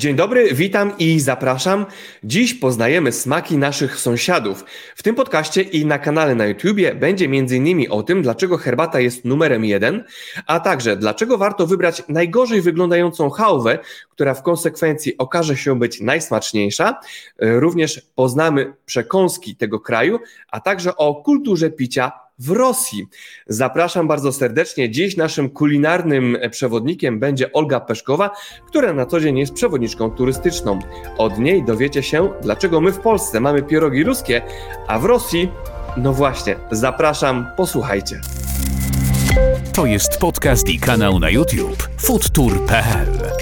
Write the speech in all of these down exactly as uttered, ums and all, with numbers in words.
Dzień dobry, witam i zapraszam. Dziś poznajemy smaki naszych sąsiadów. W tym podcaście i na kanale na YouTubie będzie między innymi o tym, dlaczego herbata jest numerem jeden, a także dlaczego warto wybrać najgorzej wyglądającą chałwę, która w konsekwencji okaże się być najsmaczniejsza. Również poznamy przekąski tego kraju, a także o kulturze picia w Rosji. Zapraszam bardzo serdecznie. Dziś naszym kulinarnym przewodnikiem będzie Olga Peszkowa, która na co dzień jest przewodniczką turystyczną. Od niej dowiecie się, dlaczego my w Polsce mamy pierogi ruskie, a w Rosji, no właśnie, zapraszam, posłuchajcie. To jest podcast i kanał na YouTube foodtour kropka p l.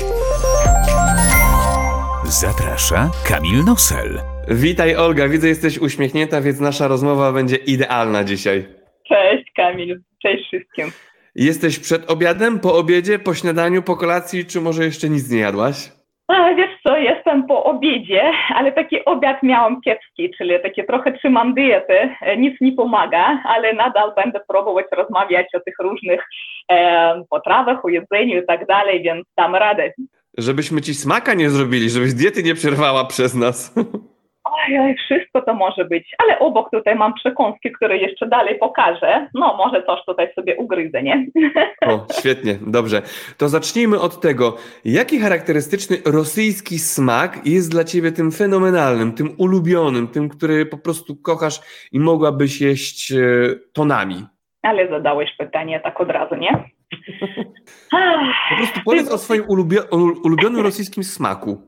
Zaprasza Kamil Nosel. Witaj Olga, widzę, jesteś uśmiechnięta, więc nasza rozmowa będzie idealna dzisiaj. Cześć Kamil, cześć wszystkim. Jesteś przed obiadem, po obiedzie, po śniadaniu, po kolacji, czy może jeszcze nic nie jadłaś? A, wiesz co, jestem po obiedzie, ale taki obiad miałam kiepski, czyli takie trochę trzymam dietę, nic nie pomaga, ale nadal będę próbować rozmawiać o tych różnych e, potrawach, o jedzeniu i tak dalej, więc dam radę. Żebyśmy ci smaka nie zrobili, żebyś diety nie przerwała przez nas. Ojej, wszystko to może być, ale obok tutaj mam przekąski, które jeszcze dalej pokażę. No, może coś tutaj sobie ugryzę, nie? O, świetnie, dobrze. To zacznijmy od tego, jaki charakterystyczny rosyjski smak jest dla ciebie tym fenomenalnym, tym ulubionym, tym, który po prostu kochasz i mogłabyś jeść tonami? Ale zadałeś pytanie tak od razu, nie? Po prostu powiedz o swoim ulubio- ulubionym rosyjskim smaku.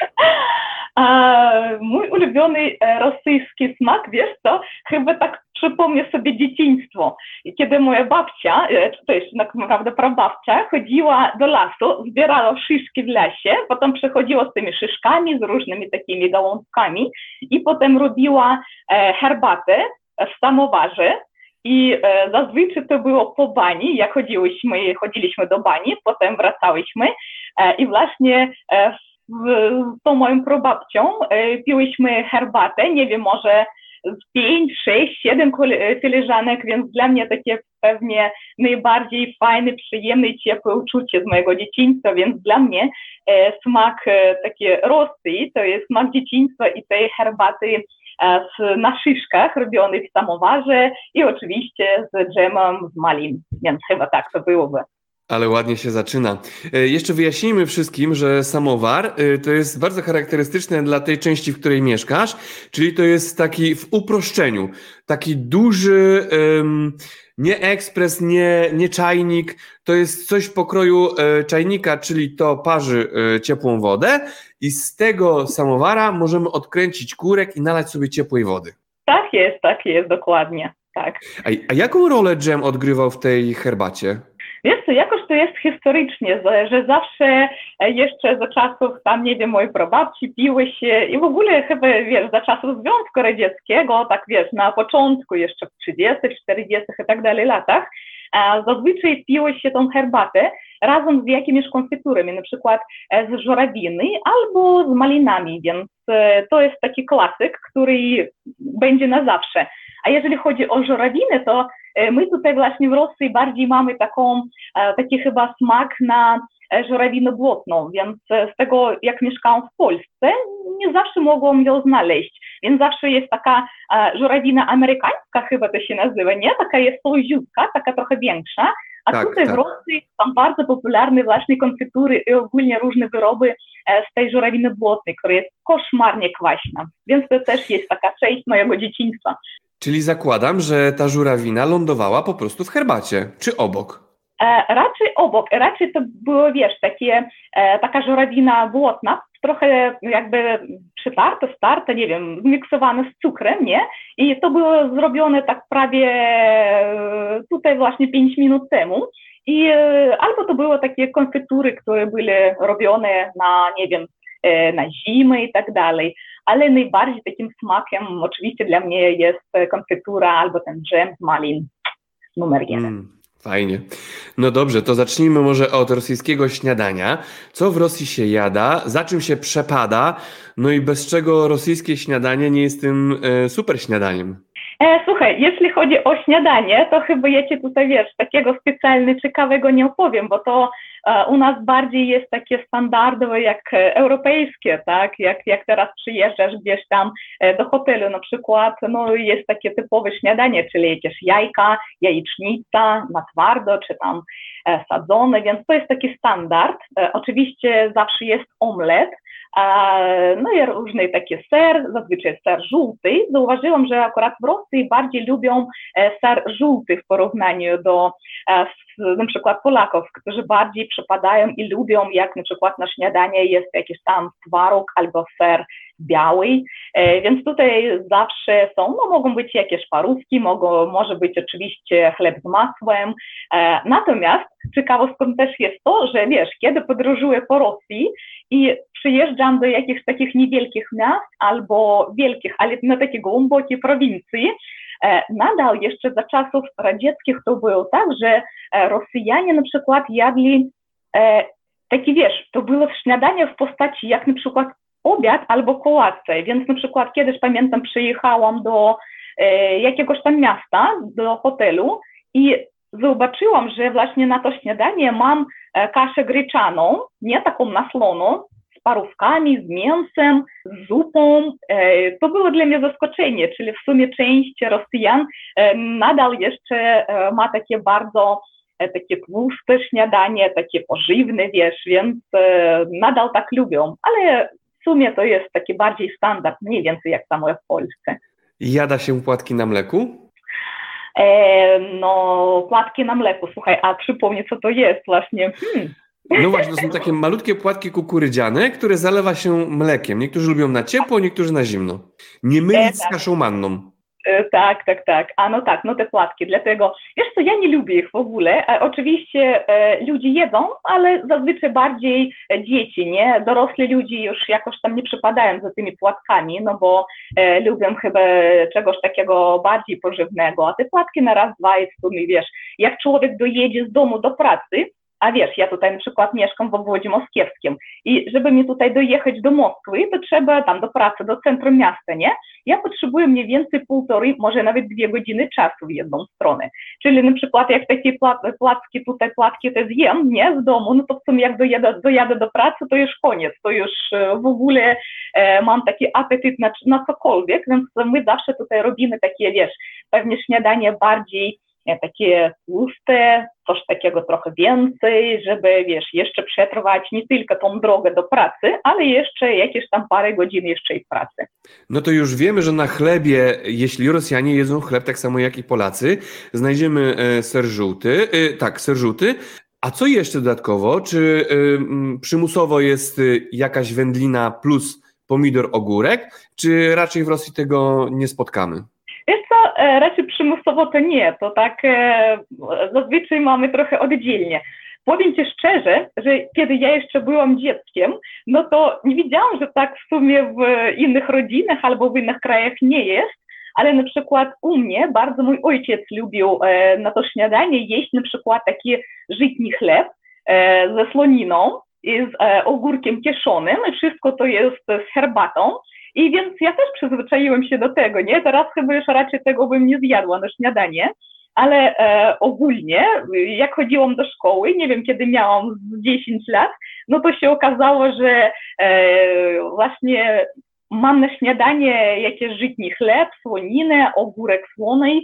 A mój ulubiony rosyjski smak, wiesz co, chyba tak przypomnę sobie dzieciństwo. Kiedy moja babcia, to jest tak naprawdę prababcia, chodziła do lasu, zbierała szyszki w lesie, potem przychodziła z tymi szyszkami, z różnymi takimi gałązkami i potem robiła herbatę w samowarze. I e, zazwyczaj to było po bani, jak chodziłyśmy, chodziliśmy do bani, potem wracałyśmy e, i właśnie e, z, z tą moją prababcią e, piłyśmy herbatę, nie wiem, może z pięć, sześć, siedem filiżanek, więc dla mnie takie pewnie najbardziej fajne, przyjemne i ciepłe uczucie z mojego dzieciństwa, więc dla mnie e, smak e, taki Rosji, to jest smak dzieciństwa i tej herbaty na szyszkach robionych w samowarze i oczywiście z dżemem z malin, więc chyba tak to byłoby. Ale ładnie się zaczyna. Jeszcze wyjaśnijmy wszystkim, że samowar to jest bardzo charakterystyczne dla tej części, w której mieszkasz, czyli to jest taki w uproszczeniu, taki duży, um, nie ekspres, nie, nie czajnik, to jest coś w pokroju e, czajnika, czyli to parzy e, ciepłą wodę i z tego samowara możemy odkręcić kurek i nalać sobie ciepłej wody. Tak jest, tak jest, dokładnie, tak. A, a jaką rolę dżem odgrywał w tej herbacie? Wiesz co, jakoś to jest historycznie, że zawsze jeszcze za czasów, tam nie wiem, mojej prababci piły się i w ogóle chyba, wiesz, za czasów Związku Radzieckiego, tak wiesz, na początku jeszcze w trzydziestych, czterdziestych i tak dalej latach, zazwyczaj piły się tą herbatę razem z jakimiś konfiturami, na przykład z żurawiny albo z malinami, więc to jest taki klasyk, który będzie na zawsze. A jeżeli chodzi o żurawinę, to my tutaj właśnie w Rosji bardziej mamy taką, taki chyba smak na żurawinę błotną, więc z tego jak mieszkałam w Polsce, nie zawsze mogłam ją znaleźć, więc zawsze jest taka żurawina amerykańska, chyba to się nazywa, nie? Taka jest słodziutka, taka trochę większa, a tak, tutaj tak. W Rosji są bardzo popularne właśnie konfitury i ogólnie różne wyroby z tej żurawiny błotnej, która jest koszmarnie kwaśna, więc to też jest taka część mojego dzieciństwa. Czyli zakładam, że ta żurawina lądowała po prostu w herbacie, czy obok? E, raczej obok, raczej to było, wiesz, takie, e, taka żurawina błotna, trochę jakby przytarta, starta, nie wiem, zmiksowana z cukrem, nie? I to było zrobione tak prawie tutaj właśnie pięć minut temu. I e, albo to były takie konfitury, które były robione na, nie wiem, e, na zimę i tak dalej. Ale najbardziej takim smakiem oczywiście dla mnie jest konfitura albo ten dżem z malin numer jeden. Mm, fajnie. No dobrze, to zacznijmy może od rosyjskiego śniadania. Co w Rosji się jada, za czym się przepada, no i bez czego rosyjskie śniadanie nie jest tym e, super śniadaniem? E, słuchaj, jeśli chodzi o śniadanie, to chyba ja ci tutaj, wiesz, takiego specjalnie ciekawego nie opowiem, bo to u nas bardziej jest takie standardowe jak europejskie, tak? Jak, jak teraz przyjeżdżasz gdzieś tam do hotelu na przykład, no jest takie typowe śniadanie, czyli jakieś jajka, jajecznica na twardo, czy tam sadzone, więc to jest taki standard. Oczywiście zawsze jest omlet, no i różny taki ser, zazwyczaj ser żółty. Zauważyłam, że akurat w Rosji bardziej lubią ser żółty w porównaniu do na przykład Polaków, którzy bardziej przypadają i lubią, jak na przykład na śniadanie jest jakiś tam twaróg albo ser biały, więc tutaj zawsze są, no mogą być jakieś parówki, mogą, może być oczywiście chleb z masłem, natomiast ciekawostką też jest to, że wiesz, kiedy podróżuję po Rosji i przyjeżdżam do jakichś takich niewielkich miast albo wielkich, ale na takie głębokie prowincji, nadal jeszcze za czasów radzieckich to było tak, że Rosjanie na przykład jadli taki, wiesz, to było śniadanie w postaci jak na przykład obiad albo kolację, więc na przykład kiedyś pamiętam przyjechałam do e, jakiegoś tam miasta, do hotelu i zobaczyłam, że właśnie na to śniadanie mam e, kaszę gryczaną, nie taką nasloną, z parówkami, z mięsem, z zupą. E, to było dla mnie zaskoczenie, czyli w sumie część Rosjan e, nadal jeszcze e, ma takie bardzo e, takie tłuste śniadanie, takie pożywne, wiesz, więc e, nadal tak lubią, ale w sumie to jest taki bardziej standard, mniej więcej jak samo jak w Polsce. Jada się płatki na mleku? E, no, płatki na mleku, słuchaj, a przypomnij, co to jest właśnie. Hmm. No właśnie, to są takie malutkie płatki kukurydziane, które zalewa się mlekiem. Niektórzy lubią na ciepło, niektórzy na zimno. Nie mylić e, z kaszą manną. Tak, tak, tak. A no tak, no te płatki. Dlatego, wiesz co, ja nie lubię ich w ogóle. E, oczywiście e, ludzie jedzą, ale zazwyczaj bardziej dzieci, nie? Dorosli ludzie już jakoś tam nie przypadają za tymi płatkami, no bo e, lubią chyba czegoś takiego bardziej pożywnego. A te płatki na raz, dwa i w sumie, wiesz, jak człowiek dojedzie z domu do pracy, a wiesz, ja tutaj na przykład mieszkam w obwodzie moskiewskim i żeby mi tutaj dojechać do Moskwy, to trzeba tam do pracy, do centrum miasta, nie? Ja potrzebuję mniej więcej półtorej, może nawet dwie godziny czasu w jedną stronę. Czyli na przykład jak takie płatki, tutaj płatki te zjem, nie, z domu, no to w sumie jak dojadę, dojadę do pracy, to już koniec, to już w ogóle e, mam taki apetyt na, na cokolwiek, więc my zawsze tutaj robimy takie, wiesz, pewnie śniadanie bardziej takie tłuste, coś takiego trochę więcej, żeby, wiesz, jeszcze przetrwać nie tylko tą drogę do pracy, ale jeszcze jakieś tam parę godzin jeszcze i w pracy. No to już wiemy, że na chlebie, jeśli Rosjanie jedzą chleb tak samo jak i Polacy, znajdziemy ser żółty, tak, ser żółty. A co jeszcze dodatkowo? Czy przymusowo jest jakaś wędlina plus pomidor, ogórek, czy raczej w Rosji tego nie spotkamy? Wiesz co, raczej przymusowo to nie, to tak e, zazwyczaj mamy trochę oddzielnie. Powiem Ci szczerze, że kiedy ja jeszcze byłam dzieckiem, no to nie wiedziałam, że tak w sumie w innych rodzinach albo w innych krajach nie jest, ale na przykład u mnie bardzo mój ojciec lubił e, na to śniadanie jeść na przykład taki żytni chleb e, ze słoniną i z e, ogórkiem kieszonym i wszystko to jest z herbatą. I więc ja też przyzwyczaiłem się do tego, nie? Teraz chyba już raczej tego bym nie zjadła na śniadanie, ale e, ogólnie jak chodziłam do szkoły, nie wiem kiedy miałam dziesięć lat, no to się okazało, że e, właśnie mam na śniadanie jakieś żytni chleb, słoninę, ogórek słonej,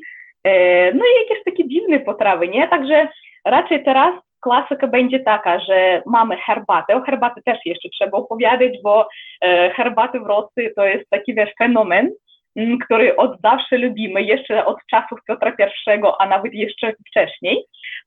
e, no i jakieś takie dziwne potrawy, nie? Także raczej teraz klasyka będzie taka, że mamy herbatę. O herbaty też jeszcze trzeba opowiadać, bo e, herbaty w Rosji to jest taki, wiesz, fenomen, m, który od zawsze lubimy, jeszcze od czasów Piotra Pierwszego, a nawet jeszcze wcześniej.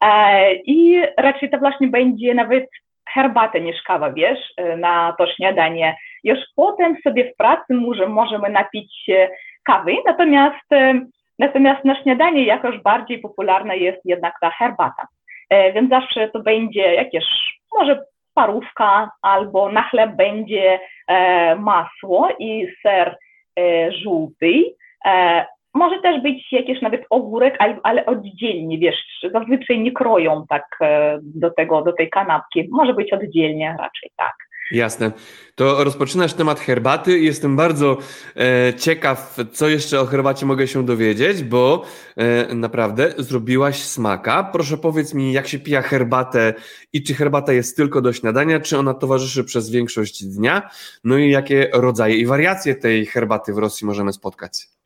E, I raczej to właśnie będzie nawet herbata niż kawa, wiesz, na to śniadanie. Już potem sobie w pracy może, możemy napić się kawy, natomiast, e, natomiast na śniadanie jakoś bardziej popularna jest jednak ta herbata. Więc zawsze to będzie jakieś, może parówka, albo na chleb będzie e, masło i ser e, żółty. E, może też być jakiś nawet ogórek, ale, ale oddzielnie, wiesz, zazwyczaj nie kroją tak e, do tego, do tej kanapki. Może być oddzielnie raczej, tak. Jasne. To rozpoczynasz temat herbaty i jestem bardzo e, ciekaw, co jeszcze o herbacie mogę się dowiedzieć, bo e, naprawdę zrobiłaś smaka. Proszę powiedz mi, jak się pija herbatę i czy herbata jest tylko do śniadania, czy ona towarzyszy przez większość dnia? No i jakie rodzaje i wariacje tej herbaty w Rosji możemy spotkać?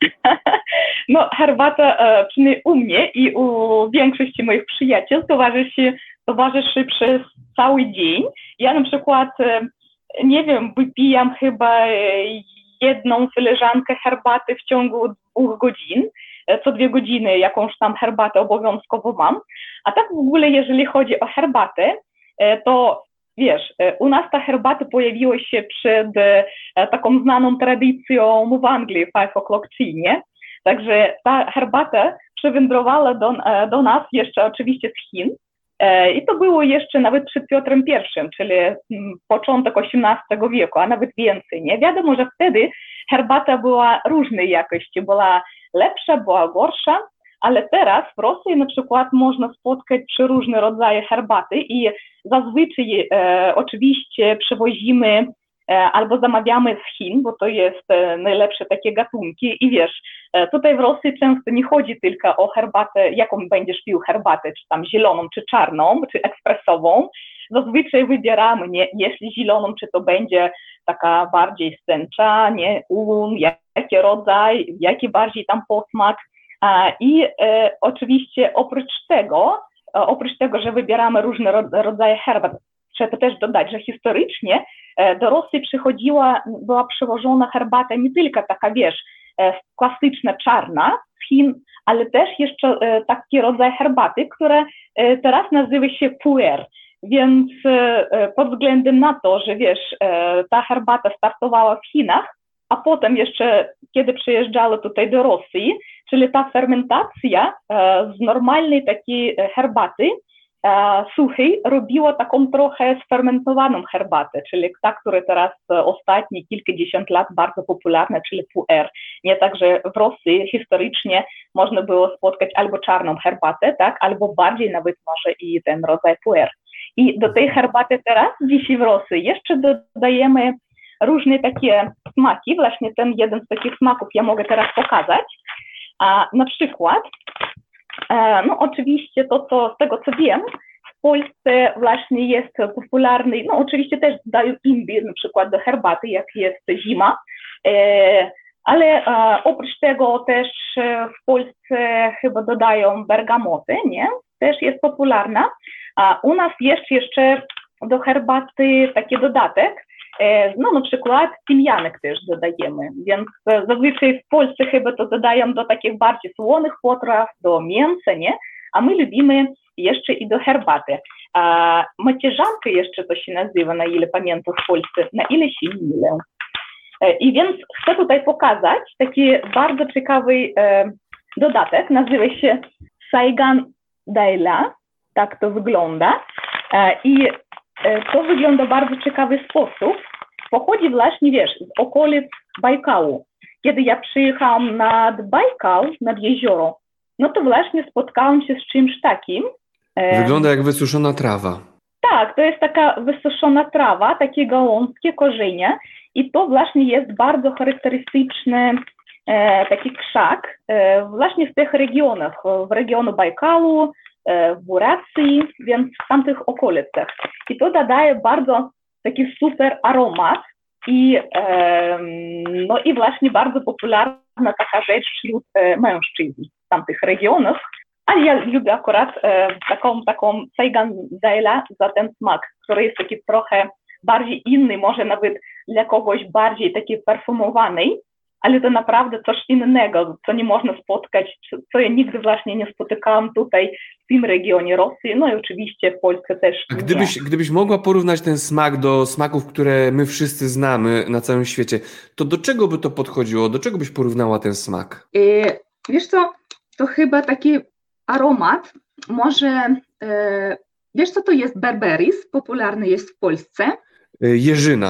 No, herbata e, przynajmniej u mnie i u większości moich przyjaciół towarzyszy, towarzyszy przez cały dzień. Ja na przykład, e, nie wiem, wypijam chyba jedną filiżankę herbaty w ciągu dwóch godzin. E, co dwie godziny jakąś tam herbatę obowiązkowo mam. A tak w ogóle, jeżeli chodzi o herbatę, e, to wiesz, u nas ta herbata pojawiła się przed e, taką znaną tradycją w Anglii, five o'clock tea, nie? Także ta herbata przywędrowała do, do nas jeszcze oczywiście z Chin i to było jeszcze nawet przed Piotrem Pierwszym, czyli początek osiemnastego wieku, a nawet więcej. Nie wiadomo, że wtedy herbata była różnej jakości, była lepsza, była gorsza, ale teraz w Rosji na przykład można spotkać różne rodzaje herbaty i zazwyczaj e, oczywiście przywozimy albo zamawiamy z Chin, bo to jest najlepsze takie gatunki i wiesz, tutaj w Rosji często nie chodzi tylko o herbatę, jaką będziesz pił herbatę, czy tam zieloną, czy czarną, czy ekspresową. Zazwyczaj wybieramy, nie, jeśli zieloną, czy to będzie taka bardziej stęcza, nie, ulun, jaki rodzaj, jaki bardziej tam posmak. I e, oczywiście oprócz tego, oprócz tego, że wybieramy różne rodzaje herbat, trzeba też dodać, że historycznie do Rosji przychodziła, była przywożona herbata nie tylko taka, wiesz, klasyczna, czarna z Chin, ale też jeszcze taki rodzaj herbaty, które teraz nazywa się puer. Więc pod względem na to, że wiesz, ta herbata startowała w Chinach, a potem jeszcze, kiedy przyjeżdżała tutaj do Rosji, czyli ta fermentacja z normalnej takiej herbaty suchej robiła taką trochę sfermentowaną herbatę, czyli ta, która teraz ostatnie kilkadziesiąt lat bardzo popularna, czyli puer. Nie tak, że w Rosji historycznie można było spotkać albo czarną herbatę, tak, albo bardziej nawet może i ten rodzaj puer. I do tej herbaty teraz, dzisiaj w Rosji, jeszcze dodajemy różne takie smaki. Właśnie ten jeden z takich smaków ja mogę teraz pokazać. A na przykład no oczywiście to, co z tego co wiem, w Polsce właśnie jest popularny, no oczywiście też dają imbir na przykład do herbaty, jak jest zima, e, ale e, oprócz tego też w Polsce chyba dodają bergamotę, nie? Też jest popularna. A u nas jest jeszcze do herbaty taki dodatek, e, no na przykład tymianek też dodajemy, więc zazwyczaj w Polsce chyba to dodają do takich bardziej słonych potraw, do mięsa, nie? A my lubimy jeszcze i do herbaty. A macierzanka jeszcze to się nazywa, na ile pamiętam w Polsce, na ile się mylę. E, I więc chcę tutaj pokazać taki bardzo ciekawy e, dodatek, nazywa się Saigon Daila, tak to wygląda. E, I to wygląda w bardzo ciekawy sposób. Pochodzi właśnie, wiesz, z okolic Bajkału. Kiedy ja przyjechałam nad Bajkał, nad jezioro, no to właśnie spotkałam się z czymś takim. Wygląda jak wysuszona trawa. Tak, to jest taka wysuszona trawa, takie gałązkie korzenie i to właśnie jest bardzo charakterystyczny e, taki krzak e, właśnie w tych regionach, w regionie Bajkału, w Buracji, więc w tamtych okolicach. I to dodaje bardzo taki super aromat i, e, no i właśnie bardzo popularna taka rzecz wśród e, mężczyzn w tamtych regionach. Ale ja lubię akurat e, taką, taką Saigon Daila za ten smak, który jest taki trochę bardziej inny, może nawet dla kogoś bardziej taki perfumowany, ale to naprawdę coś innego, co nie można spotkać, co ja nigdy właśnie nie spotykałam tutaj w tym regionie Rosji, no i oczywiście w Polsce też. A gdybyś, gdybyś mogła porównać ten smak do smaków, które my wszyscy znamy na całym świecie, to do czego by to podchodziło? Do czego byś porównała ten smak? Yy, wiesz co, to chyba taki aromat, może, yy, wiesz co to jest berberis, popularny jest w Polsce? Jeżyna.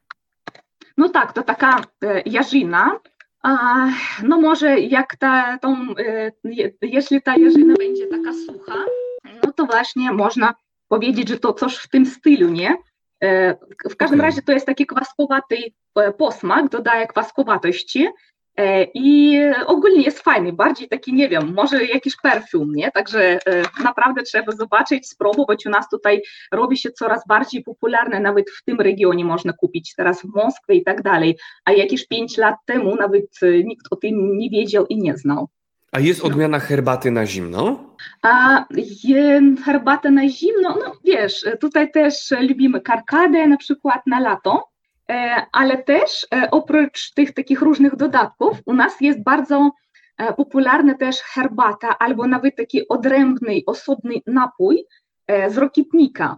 No tak, to taka e, jarzyna, a, no może jak ta, tą, e, jeśli ta jarzyna będzie taka sucha, no to właśnie można powiedzieć, że to coś w tym stylu, nie? W każdym Okay. razie to jest taki kwaskowaty posmak, dodaje kwaskowatości i ogólnie jest fajny, bardziej taki, nie wiem, może jakiś perfum, nie? Także naprawdę trzeba zobaczyć, spróbować. U nas tutaj robi się coraz bardziej popularne, nawet w tym regionie można kupić, teraz w Moskwie i tak dalej, a jakieś pięć lat temu nawet nikt o tym nie wiedział i nie znał. A jest odmiana herbaty na zimno? A je, herbata na zimno, no wiesz, tutaj też lubimy karkadę na przykład na lato, ale też oprócz tych takich różnych dodatków u nas jest bardzo popularna też herbata albo nawet taki odrębny, osobny napój z rokitnika.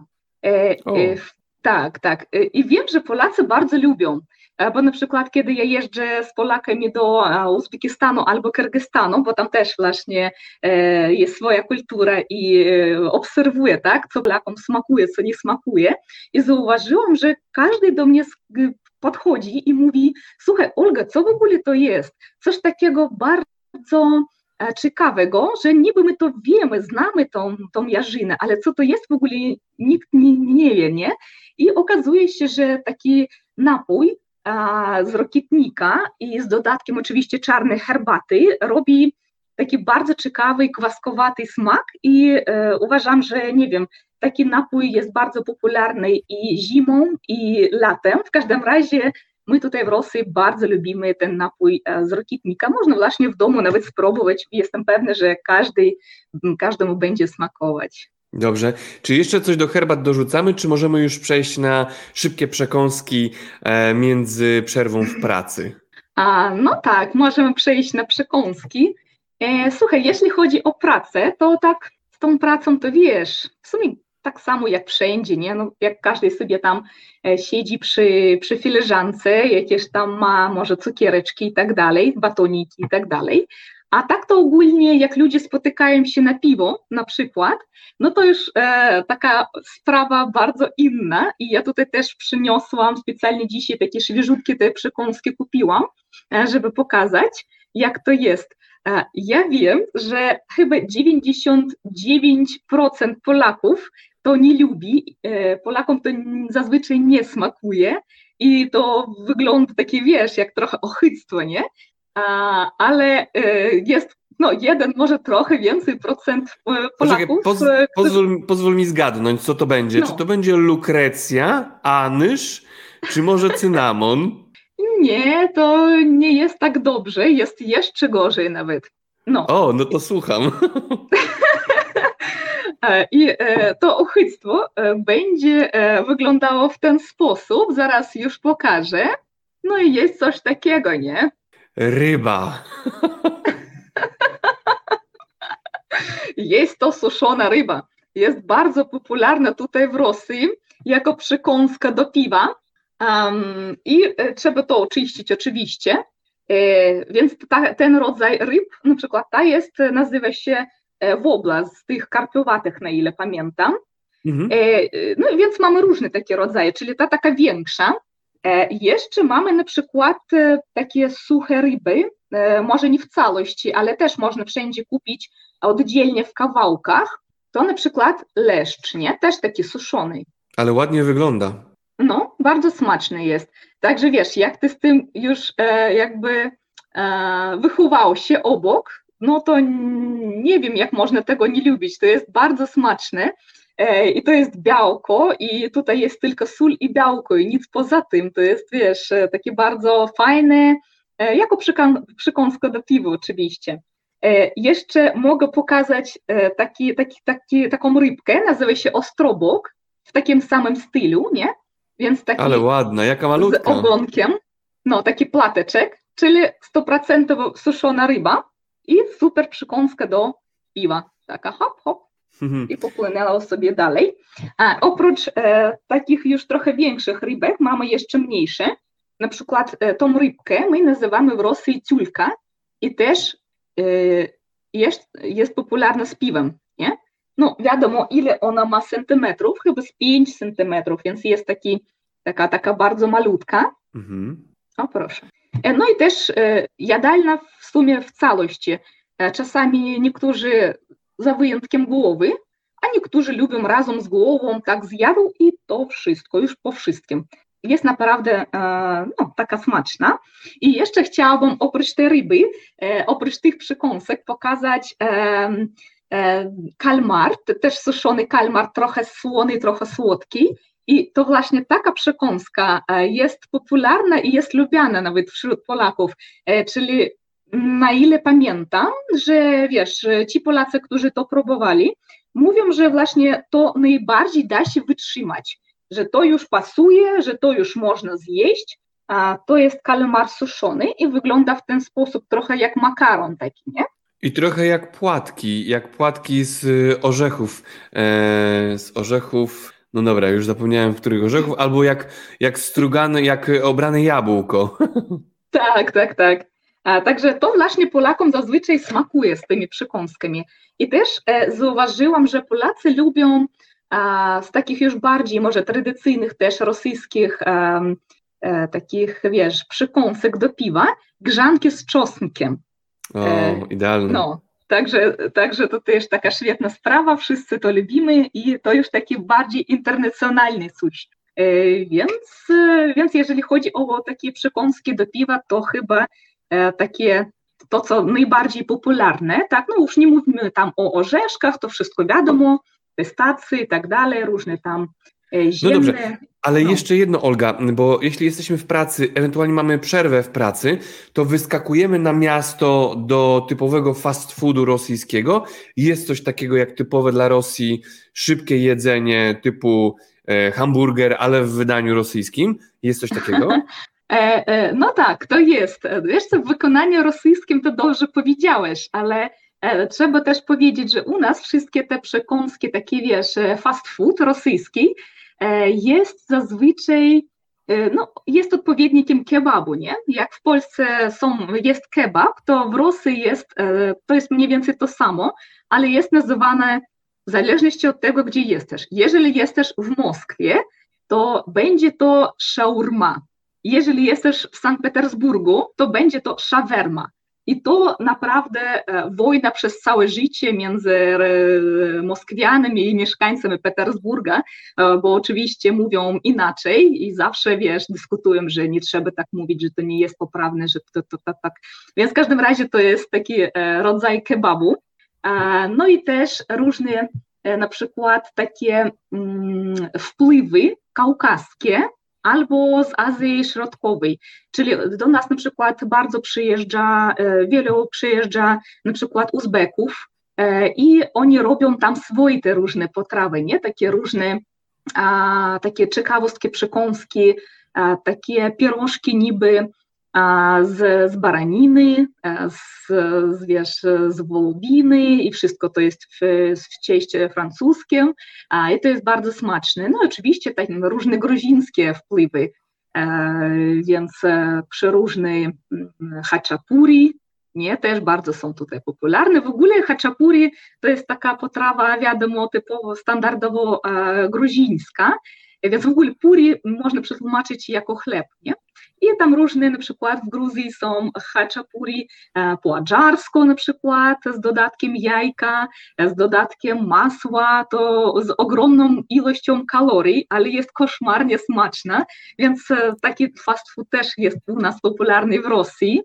O. Tak, tak. I wiem, że Polacy bardzo lubią, bo na przykład kiedy ja jeżdżę z Polakami do Uzbekistanu albo Kyrgyzstanu, bo tam też właśnie jest swoja kultura i obserwuję, tak, co Polakom smakuje, co nie smakuje i zauważyłam, że każdy do mnie podchodzi i mówi: słuchaj Olga, co w ogóle to jest? Coś takiego bardzo ciekawego, że niby my to wiemy, znamy tą, tą jarzynę, ale co to jest w ogóle nikt nie, nie wie, nie? I okazuje się, że taki napój a, z rokitnika i z dodatkiem oczywiście czarnej herbaty robi taki bardzo ciekawy, kwaskowaty smak i e, uważam, że nie wiem, taki napój jest bardzo popularny i zimą, i latem. W każdym razie my tutaj w Rosji bardzo lubimy ten napój z rokitnika. Można właśnie w domu nawet spróbować. Jestem pewna, że każdy, każdemu będzie smakować. Dobrze. Czy jeszcze coś do herbat dorzucamy, czy możemy już przejść na szybkie przekąski między przerwą w pracy? A, no tak, możemy przejść na przekąski. E, słuchaj, jeśli chodzi o pracę, to tak z tą pracą to wiesz, w sumie tak samo jak wszędzie, nie? No, jak każdy sobie tam e, siedzi przy, przy filiżance, jakieś tam ma może cukiereczki i tak dalej, batoniki i tak dalej. A tak to ogólnie, jak ludzie spotykają się na piwo na przykład, no to już e, taka sprawa bardzo inna i ja tutaj też przyniosłam specjalnie dzisiaj takie świeżutkie te przekąski kupiłam, e, żeby pokazać, jak to jest. E, ja wiem, że chyba dziewięćdziesiąt dziewięć procent Polaków to nie lubi, e, Polakom to zazwyczaj nie smakuje i to wygląda takie, wiesz, jak trochę ochyctwo, nie? A, ale y, jest no jeden, może trochę więcej procent Polaków. Poczekaj, poz, pozwól, pozwól mi zgadnąć, co to będzie. No. Czy to będzie lukrecja, anyż, czy może cynamon? Nie, to nie jest tak dobrze, jest jeszcze gorzej nawet. No. O, no to słucham. I to ochyctwo będzie wyglądało w ten sposób, zaraz już pokażę. No i jest coś takiego, nie? Ryba. Jest to suszona ryba. Jest bardzo popularna tutaj w Rosji jako przekąska do piwa. Um, I trzeba to oczyścić oczywiście. E, więc ta, ten rodzaj ryb, na przykład ta jest, nazywa się wobla, z tych karpiowatych, na ile pamiętam. Mhm. E, no więc mamy różne takie rodzaje, czyli ta taka większa. E, jeszcze mamy na przykład e, takie suche ryby, e, może nie w całości, ale też można wszędzie kupić oddzielnie w kawałkach. To na przykład leszcz, nie? Też taki suszony. Ale ładnie wygląda. No, bardzo smaczny jest. Także wiesz, jak ty z tym już e, jakby e, wychował się obok, no to nie wiem, jak można tego nie lubić. To jest bardzo smaczne e, i to jest białko i tutaj jest tylko sól i białko i nic poza tym. To jest, wiesz, takie bardzo fajne, e, jako przyką- przykąska do piwa oczywiście. E, jeszcze mogę pokazać e, taki, taki, taki, taką rybkę, nazywa się ostrobok, w takim samym stylu, nie? Więc taki ale ładna, jaka malutka. Z ogonkiem, no taki plateczek, czyli sto procent suszona ryba i super przykąska do piwa. Taka hop, hop i popłynęła sobie dalej. A oprócz e, takich już trochę większych rybek mamy jeszcze mniejsze. Na przykład e, tą rybkę my nazywamy w Rosji ciulka i też e, jest, jest popularna z piwem, nie? No wiadomo, ile ona ma centymetrów, chyba z pięć centymetrów, więc jest taki, taka, taka bardzo malutka. Mhm. O proszę. No i też e, jadalna w sumie w całości. E, czasami niektórzy, za wyjątkiem głowy, a niektórzy lubią razem z głową, tak zjadą i to wszystko, już po wszystkim. Jest naprawdę no, taka smaczna. I jeszcze chciałabym oprócz tej ryby, oprócz tych przekąsek pokazać kalmar, też suszony kalmar, trochę słony, trochę słodki. I to właśnie taka przekąska jest popularna i jest lubiana nawet wśród Polaków, czyli na ile pamiętam, że wiesz, ci Polacy, którzy to próbowali, mówią, że właśnie to najbardziej da się wytrzymać, że to już pasuje, że to już można zjeść, a to jest kalmar suszony i wygląda w ten sposób trochę jak makaron taki, nie? I trochę jak płatki, jak płatki z orzechów, e, z orzechów, no dobra, już zapomniałem w których orzechów, albo jak, jak strugane, jak obrane jabłko. Tak, tak, tak. A, także to właśnie Polakom zazwyczaj smakuje z tymi przekąskami. I też e, zauważyłam, że Polacy lubią a, z takich już bardziej może tradycyjnych też rosyjskich e, e, takich, wiesz, przekąsek do piwa, grzanki z czosnkiem. O, idealne. No, także, także to też taka świetna sprawa, wszyscy to lubimy i to już taki bardziej internacjonalny coś. Więc, więc jeżeli chodzi o takie przekąski do piwa, to chyba takie, to co najbardziej popularne, tak, no już nie mówimy tam o orzeszkach, to wszystko wiadomo, pistacje i tak dalej, różne tam ziemne. No dobrze, ale no. jeszcze jedno, Olga, bo jeśli jesteśmy w pracy, ewentualnie mamy przerwę w pracy, to wyskakujemy na miasto do typowego fast foodu rosyjskiego. Jest coś takiego jak typowe dla Rosji szybkie jedzenie typu e, hamburger, ale w wydaniu rosyjskim. Jest coś takiego? No tak, to jest. Wiesz co, w wykonaniu rosyjskim to dobrze powiedziałeś, ale trzeba też powiedzieć, że u nas wszystkie te przekąski, takie wiesz, fast food rosyjski jest zazwyczaj, no jest odpowiednikiem kebabu, nie? Jak w Polsce są, jest kebab, to w Rosji jest, to jest mniej więcej to samo, ale jest nazywane w zależności od tego, gdzie jesteś. Jeżeli jesteś w Moskwie, to będzie to shaurma. Jeżeli jesteś w Sankt Petersburgu, to będzie to shawarma. I to naprawdę wojna przez całe życie między Moskwianami i mieszkańcami Petersburga, bo oczywiście mówią inaczej i zawsze, wiesz, dyskutują, że nie trzeba tak mówić, że to nie jest poprawne, że to, to, to tak. Więc w każdym razie to jest taki rodzaj kebabu. No i też różne na przykład takie wpływy kaukaskie, albo z Azji Środkowej, czyli do nas na przykład bardzo przyjeżdża, wielu przyjeżdża na przykład Uzbeków i oni robią tam swoje te różne potrawy, nie? Takie różne, a, takie ciekawostki, przekąski, a, takie pierożki niby a, z, z baraniny, a, z, z, wiesz, z wołowiny i wszystko to jest w, w cieście francuskim a, i to jest bardzo smaczne. No oczywiście tak, różne gruzińskie wpływy, a, więc przeróżne haczapuri, nie, też bardzo są tutaj popularne. W ogóle haczapuri to jest taka potrawa, wiadomo, typowo, standardowo a, gruzińska, więc w ogóle puri można przetłumaczyć jako chleb, nie? I tam różne, na przykład w Gruzji są haczapuri po adżarsko na przykład, z dodatkiem jajka, z dodatkiem masła, to z ogromną ilością kalorii, ale jest koszmarnie smaczna, więc taki fast food też jest u nas popularny w Rosji.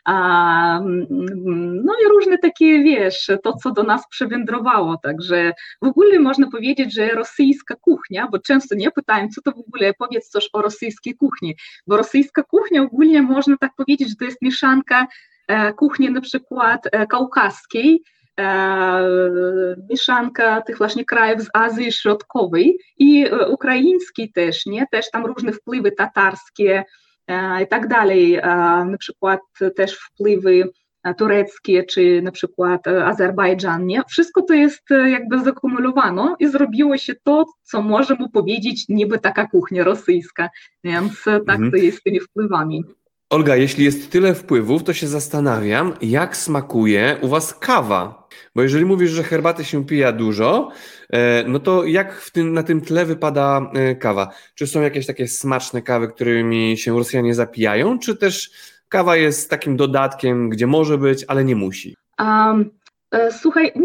No i różne takie, wiesz, to co do nas przywędrowało, także w ogóle można powiedzieć, że rosyjska kuchnia, bo często nie pytają, co to w ogóle, powiedz coś o rosyjskiej kuchni, bo rosyjska kuchnia ogólnie można tak powiedzieć, że to jest mieszanka kuchni na przykład kaukaskiej, mieszanka tych właśnie krajów z Azji Środkowej i ukraińskiej też, nie? Też tam różne wpływy tatarskie i tak dalej, na przykład też wpływy tureckie, czy na przykład Azerbejdżan, nie? Wszystko to jest jakby zakumulowano i zrobiło się to, co możemy powiedzieć niby taka kuchnia rosyjska, więc tak mhm. to jest z tymi wpływami. Olga, jeśli jest tyle wpływów, to się zastanawiam, jak smakuje u was kawa? Bo jeżeli mówisz, że herbaty się pija dużo, no to jak w tym, na tym tle wypada kawa? Czy są jakieś takie smaczne kawy, którymi się Rosjanie zapijają, czy też kawa jest takim dodatkiem, gdzie może być, ale nie musi? Um, słuchaj,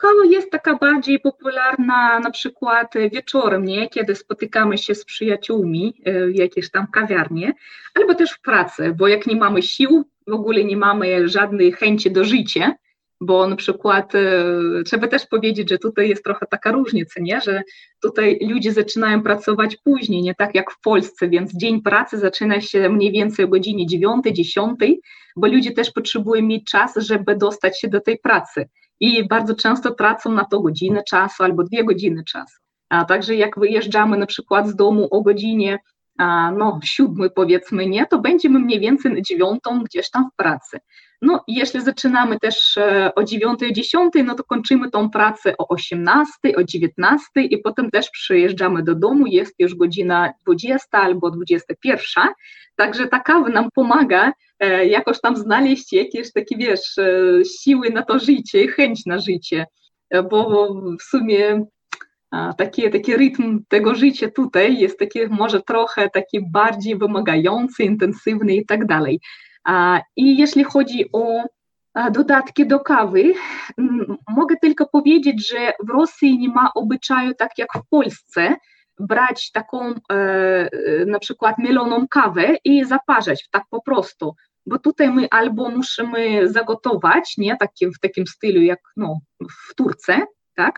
kawa jest taka bardziej popularna na przykład wieczorem, nie? Kiedy spotykamy się z przyjaciółmi w jakiejś tam kawiarni, albo też w pracy, bo jak nie mamy sił, w ogóle nie mamy żadnej chęci do życia, bo na przykład trzeba też powiedzieć, że tutaj jest trochę taka różnica, nie? Że tutaj ludzie zaczynają pracować później, nie tak jak w Polsce, więc dzień pracy zaczyna się mniej więcej o godzinie dziewiątej, dziesiątej, bo ludzie też potrzebują mieć czas, żeby dostać się do tej pracy i bardzo często tracą na to godzinę czasu albo dwie godziny czasu. A także jak wyjeżdżamy na przykład z domu o godzinie a, no, siódmej powiedzmy, nie, to będziemy mniej więcej na dziewiątą gdzieś tam w pracy. No jeśli zaczynamy też o dziewiątej, o dziesiątej, no to kończymy tą pracę o osiemnastej, o dziewiętnastej i potem też przyjeżdżamy do domu, jest już godzina dwudziesta albo dwudziesta pierwsza, także ta kawa nam pomaga e, jakoś tam znaleźć jakieś takie, wiesz, e, siły na to życie, chęć na życie, e, bo w sumie a, taki, taki rytm tego życia tutaj jest taki może trochę taki bardziej wymagający, intensywny i tak dalej. I jeśli chodzi o dodatki do kawy, mogę tylko powiedzieć, że w Rosji nie ma obyczaju tak jak w Polsce, brać taką na przykład mieloną kawę i zaparzać tak po prostu, bo tutaj my albo musimy zagotować, nie, takie, w takim stylu jak no, w Turcji, tak,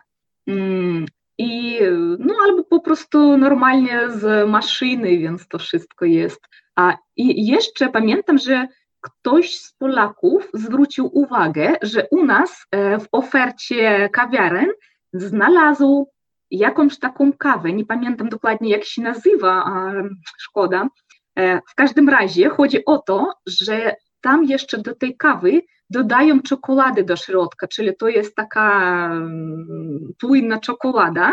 i no albo po prostu normalnie z maszyny, więc to wszystko jest. A i jeszcze pamiętam, że ktoś z Polaków zwrócił uwagę, że u nas w ofercie kawiaren znalazł jakąś taką kawę, nie pamiętam dokładnie jak się nazywa, a szkoda. W każdym razie chodzi o to, że tam jeszcze do tej kawy dodają czekoladę do środka, czyli to jest taka płynna czekolada.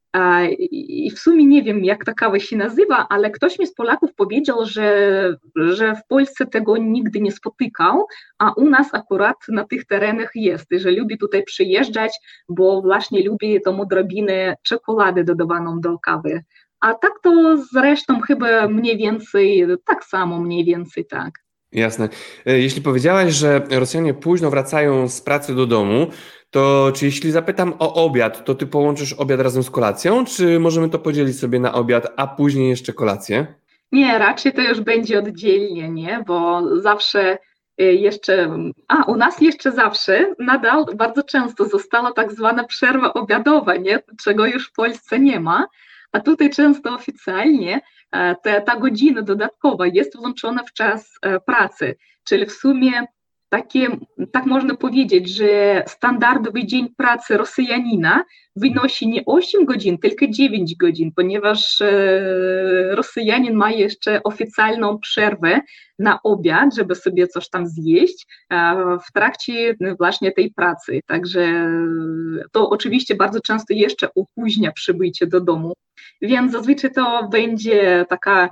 I w sumie nie wiem, jak ta kawa się nazywa, ale ktoś mi z Polaków powiedział, że, że w Polsce tego nigdy nie spotykał, a u nas akurat na tych terenach jest, że lubi tutaj przyjeżdżać, bo właśnie lubi tą odrobinę czekolady dodawaną do kawy. A tak to zresztą chyba mniej więcej, tak samo mniej więcej tak. Jasne. Jeśli powiedziałaś, że Rosjanie późno wracają z pracy do domu, to czy jeśli zapytam o obiad, to ty połączysz obiad razem z kolacją, czy możemy to podzielić sobie na obiad, a później jeszcze kolację? Nie, raczej to już będzie oddzielnie, nie, bo zawsze jeszcze, a u nas jeszcze zawsze nadal bardzo często została tak zwana przerwa obiadowa, nie, czego już w Polsce nie ma, a tutaj często oficjalnie ta, ta godzina dodatkowa jest włączona w czas pracy, czyli w sumie takie, tak można powiedzieć, że standardowy dzień pracy Rosjanina wynosi nie osiem godzin, tylko dziewięć godzin, ponieważ Rosjanin ma jeszcze oficjalną przerwę na obiad, żeby sobie coś tam zjeść w trakcie właśnie tej pracy. Także to oczywiście bardzo często jeszcze opóźnia przybycie do domu, więc zazwyczaj to będzie taka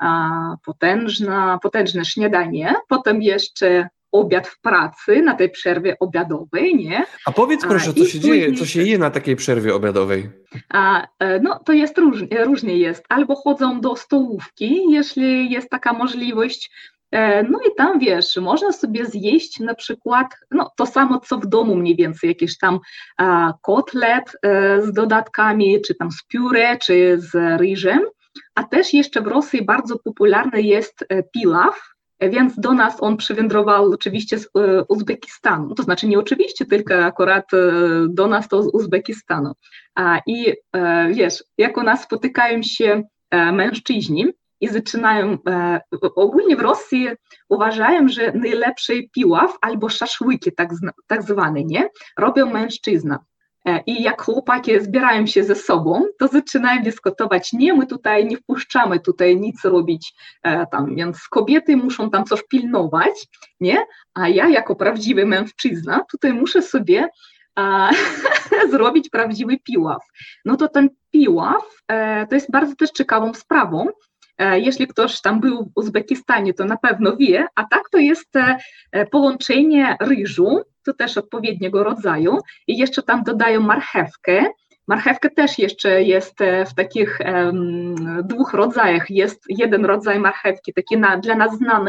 potężna, potężne śniadanie, potem jeszcze obiad w pracy, na tej przerwie obiadowej, nie? A powiedz proszę, co się dzieje, co się je na takiej przerwie obiadowej? A, no to jest różnie, różnie jest. Albo chodzą do stołówki, jeśli jest taka możliwość, no i tam wiesz, można sobie zjeść na przykład, no to samo co w domu mniej więcej, jakiś tam a, kotlet a, z dodatkami, czy tam z pióre, czy z ryżem, a też jeszcze w Rosji bardzo popularny jest pilaw, więc do nas on przywędrował oczywiście z Uzbekistanu, to znaczy nie oczywiście, tylko akurat do nas to z Uzbekistanu. I wiesz, jak u nas spotykają się mężczyźni i zaczynają, ogólnie w Rosji uważają, że najlepszy piław albo szaszłyki tak, tak zwane, nie, robią mężczyzna. I jak chłopaki zbierają się ze sobą, to zaczynają dyskutować, nie, my tutaj nie wpuszczamy tutaj nic robić, e, tam, więc kobiety muszą tam coś pilnować, nie, a ja jako prawdziwy mężczyzna tutaj muszę sobie e, zrobić prawdziwy piław. No to ten piław e, to jest bardzo też ciekawą sprawą. Jeśli ktoś tam był w Uzbekistanie, to na pewno wie, a tak to jest połączenie ryżu, to też odpowiedniego rodzaju i jeszcze tam dodają marchewkę. Marchewka też jeszcze jest w takich um, dwóch rodzajach. Jest jeden rodzaj marchewki, taki na, dla nas znanej,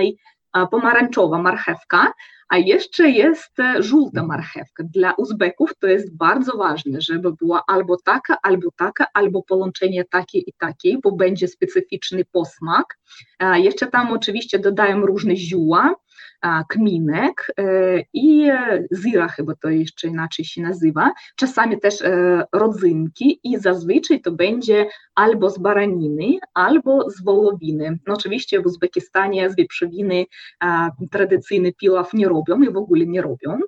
pomarańczowa marchewka, a jeszcze jest żółta marchewka. Dla Uzbeków to jest bardzo ważne, żeby była albo taka, albo taka, albo połączenie takie i takie, bo będzie specyficzny posmak. Jeszcze tam oczywiście dodają różne zióła, kminek i zira, chyba to jeszcze inaczej się nazywa, czasami też rodzynki i zazwyczaj to będzie albo z baraniny, albo z wołowiny. No oczywiście w Uzbekistanie z wieprzowiny tradycyjny pilaw nie robią i w ogóle nie robią.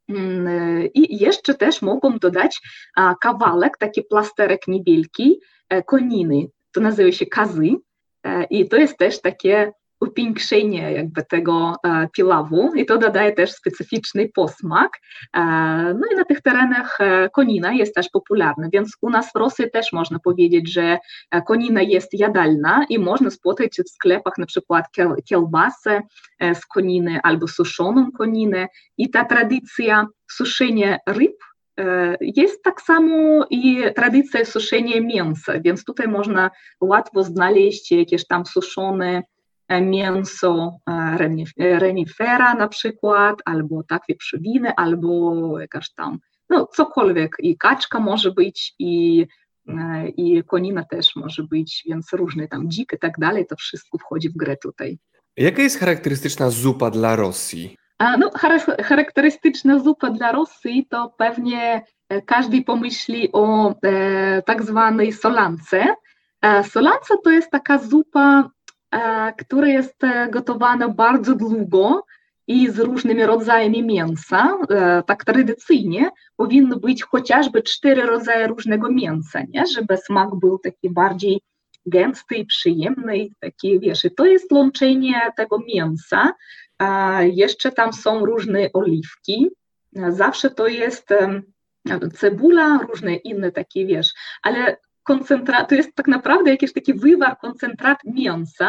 I jeszcze też mogą dodać kawałek, taki plasterek niewielki koniny, to nazywa się kazy i to jest też takie upiększenie jakby tego e, pilawu i to dodaje też specyficzny posmak. E, no i na tych terenach e, konina jest też popularna, więc u nas w Rosji też można powiedzieć, że konina jest jadalna i można spotkać w sklepach na przykład kiel, kielbasę e, z koniny albo suszoną koninę i ta tradycja suszenia ryb jest tak samo i tradycja suszenia mięsa, więc tutaj można łatwo znaleźć jakieś tam suszone mięso renifera na przykład, albo tak wieprzowiny, albo jakaś tam, no cokolwiek, i kaczka może być, i, i konina też może być, więc różne tam dzik i tak dalej, to wszystko wchodzi w grę tutaj. Jaka jest charakterystyczna zupa dla Rosji? A, no, charakterystyczna zupa dla Rosji to pewnie każdy pomyśli o e, tak zwanej solance. E, solanca to jest taka zupa, która jest gotowana bardzo długo i z różnymi rodzajami mięsa. Tak tradycyjnie powinno być chociażby cztery rodzaje różnego mięsa, nie? Żeby smak był taki bardziej gęsty i przyjemny, taki, wiesz, i to jest łączenie tego mięsa. Jeszcze tam są różne oliwki, zawsze to jest cebula, różne inne takie, wiesz, ale koncentrat, to jest tak naprawdę jakiś taki wywar, koncentrat mięsa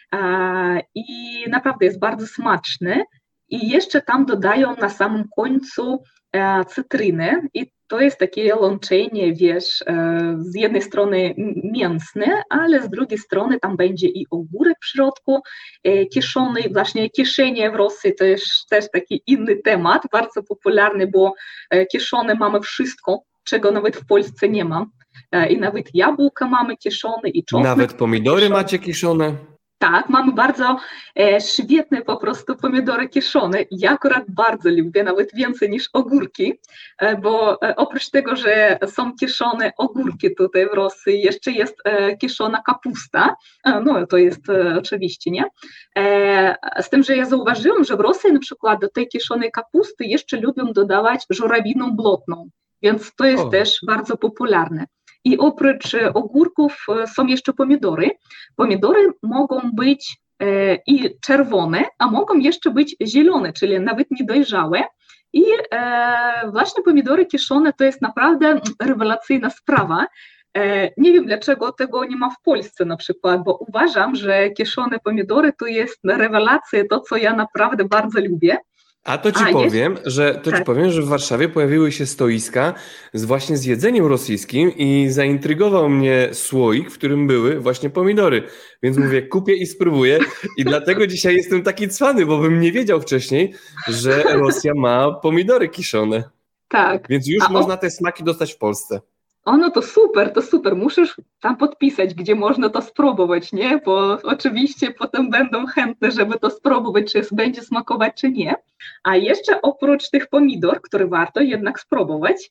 e, i naprawdę jest bardzo smaczny i jeszcze tam dodają na samym końcu e, cytrynę i to jest takie łączenie, wiesz, e, z jednej strony mięsne, ale z drugiej strony tam będzie i ogórek w środku e, kiszony, właśnie kieszenie w Rosji to jest też taki inny temat, bardzo popularny, bo e, kiszone mamy wszystko, czego nawet w Polsce nie ma. I nawet jabłka mamy kiszone i czosnek. Nawet pomidory kiszone. Macie kiszone? Tak, mamy bardzo e, świetne po prostu pomidory kiszone. Ja akurat bardzo lubię, nawet więcej niż ogórki, e, bo e, oprócz tego, że są kiszone ogórki tutaj w Rosji, jeszcze jest e, kiszona kapusta, e, no to jest e, oczywiście, nie? E, z tym, że ja zauważyłam, że w Rosji na przykład do tej kiszonej kapusty jeszcze lubią dodawać żurawiną błotną, więc to jest o. też bardzo popularne. I oprócz ogórków są jeszcze pomidory. Pomidory mogą być e, i czerwone, a mogą jeszcze być zielone, czyli nawet niedojrzałe. I e, właśnie pomidory kiszone to jest naprawdę rewelacyjna sprawa. E, nie wiem, dlaczego tego nie ma w Polsce na przykład, bo uważam, że kiszone pomidory to jest rewelacja, to co ja naprawdę bardzo lubię. A to ci A, powiem, jest... że to tak. ci powiem, że w Warszawie pojawiły się stoiska z właśnie z jedzeniem rosyjskim i zaintrygował mnie słoik, w którym były właśnie pomidory. Więc mówię, kupię i spróbuję i dlatego dzisiaj jestem taki cwany, bo bym nie wiedział wcześniej, że Rosja ma pomidory kiszone. Tak. Więc już A można o... te smaki dostać w Polsce. O, no to super, to super, musisz tam podpisać, gdzie można to spróbować, nie? Bo oczywiście potem będą chętne, żeby to spróbować, czy będzie smakować, czy nie. A jeszcze oprócz tych pomidor, które warto jednak spróbować,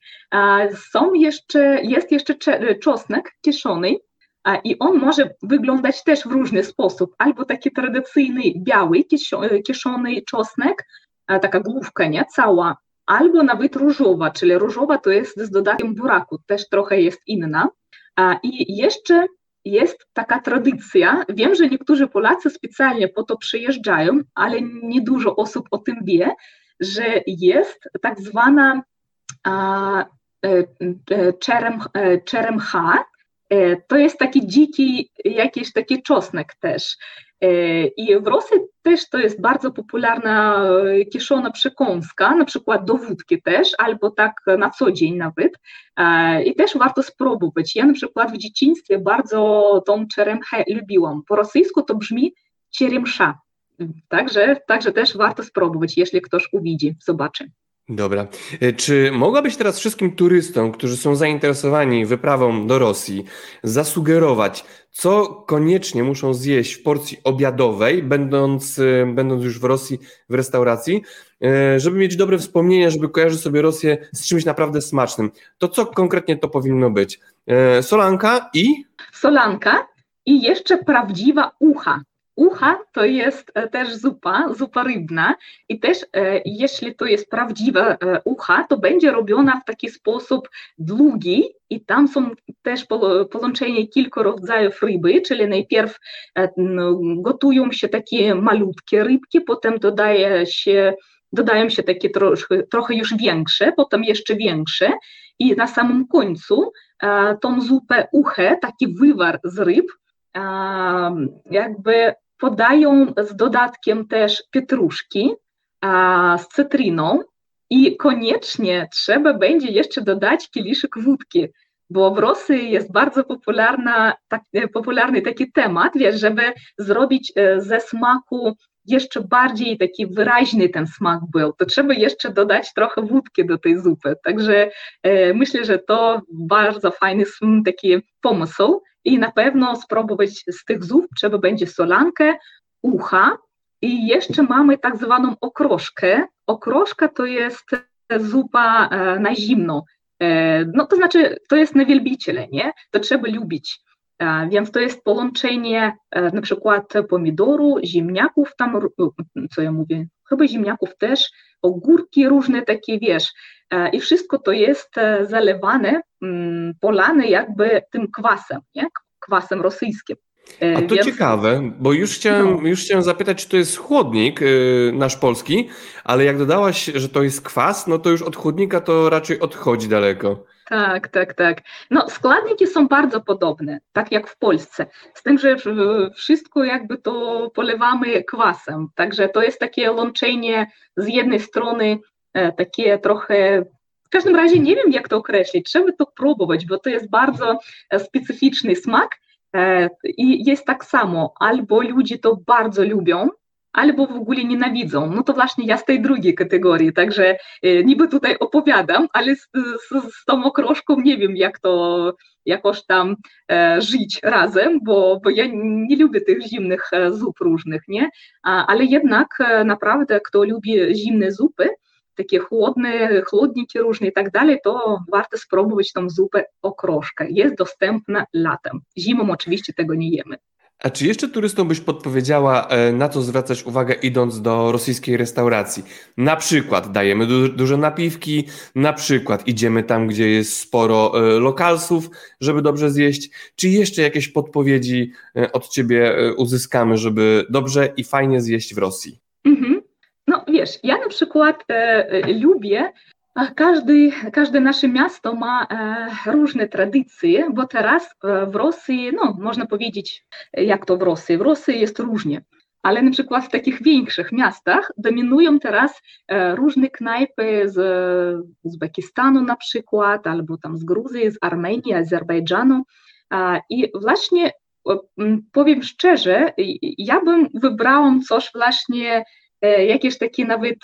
są jeszcze, jest jeszcze czosnek kiszony i on może wyglądać też w różny sposób, albo taki tradycyjny biały kiszony czosnek, taka główka, nie? Cała, albo nawet różowa, czyli różowa to jest z dodatkiem buraku, też trochę jest inna. I jeszcze jest taka tradycja, wiem, że niektórzy Polacy specjalnie po to przyjeżdżają, ale niedużo osób o tym wie, że jest tak zwana czerem, czeremcha, to jest taki dziki, jakiś taki czosnek też. I w Rosji też to jest bardzo popularna kiszona przekąska, na przykład do wódki też, albo tak na co dzień nawet. I też warto spróbować. Ja na przykład w dzieciństwie bardzo tą czeremchę lubiłam. Po rosyjsku to brzmi czeremsza. Także, także też warto spróbować, jeśli ktoś uwidzi, zobaczy. Dobra. Czy mogłabyś teraz wszystkim turystom, którzy są zainteresowani wyprawą do Rosji, zasugerować, co koniecznie muszą zjeść w porcji obiadowej, będąc, będąc już w Rosji, w restauracji, żeby mieć dobre wspomnienia, żeby kojarzyć sobie Rosję z czymś naprawdę smacznym? To co konkretnie to powinno być? Solanka i? Solanka i jeszcze prawdziwa ucha. Ucha to jest też zupa, zupa rybna i też jeśli to jest prawdziwa ucha, to będzie robiona w taki sposób długi i tam są też połączenie kilku rodzajów ryby, czyli najpierw gotują się takie malutkie rybki, potem dodaje się, dodają się takie trochę, trochę już większe, potem jeszcze większe i na samym końcu tą zupę uchę, taki wywar z ryb, jakby podają z dodatkiem też pietruszki, a, z cytryną i koniecznie trzeba będzie jeszcze dodać kieliszek wódki, bo w Rosji jest bardzo popularna, tak, popularny taki temat, wiesz, żeby zrobić ze smaku jeszcze bardziej taki wyraźny ten smak był, to trzeba jeszcze dodać trochę wódki do tej zupy, także e, myślę, że to bardzo fajny taki pomysł i na pewno spróbować z tych zup trzeba będzie solankę, ucha i jeszcze mamy tak zwaną okroszkę. Okroszka to jest zupa e, na zimno, e, no to znaczy to jest na wielbiciele, nie? To trzeba lubić. Więc to jest połączenie na przykład pomidoru, ziemniaków, tam, co ja mówię, chyba ziemniaków też, ogórki różne takie, wiesz, i wszystko to jest zalewane, polane jakby tym kwasem, nie? Kwasem rosyjskim. A to Więc... ciekawe, bo już chciałem, no. już chciałem zapytać, czy to jest chłodnik yy, nasz polski, ale jak dodałaś, że to jest kwas, no to już od chłodnika to raczej odchodzi daleko. Tak, tak, tak. No składniki są bardzo podobne, tak jak w Polsce, z tym, że wszystko jakby to polewamy kwasem, także to jest takie łączenie z jednej strony e, takie trochę, w każdym razie nie wiem jak to określić, trzeba to próbować, bo to jest bardzo specyficzny smak e, i jest tak samo, albo ludzie to bardzo lubią, albo w ogóle nienawidzą. No to właśnie ja z tej drugiej kategorii, także e, niby tutaj opowiadam, ale z, z, z tą okroszką nie wiem, jak to jakoś tam e, żyć razem, bo, bo ja nie lubię tych zimnych e, zup różnych, nie? A, ale jednak e, naprawdę, kto lubi zimne zupy, takie chłodne, chłodniki różne i tak dalej, to warto spróbować tą zupę okroszkę. Jest dostępna latem. Zimą oczywiście tego nie jemy. A czy jeszcze turystom byś podpowiedziała, na co zwracać uwagę idąc do rosyjskiej restauracji? Na przykład dajemy du- duże napiwki, na przykład idziemy tam, gdzie jest sporo e, lokalsów, żeby dobrze zjeść, czy jeszcze jakieś podpowiedzi e, od Ciebie e, uzyskamy, żeby dobrze i fajnie zjeść w Rosji? Mhm. No wiesz, ja na przykład e, e, lubię, Każdy, każde nasze miasto ma e, różne tradycje, bo teraz e, w Rosji, no można powiedzieć, jak to w Rosji, w Rosji jest różnie, ale na przykład w takich większych miastach dominują teraz e, różne knajpy z Uzbekistanu na przykład, albo tam z Gruzji, z Armenii, Azerbejdżanu e, i właśnie e, powiem szczerze, ja bym wybrała coś właśnie jakieś takie nawet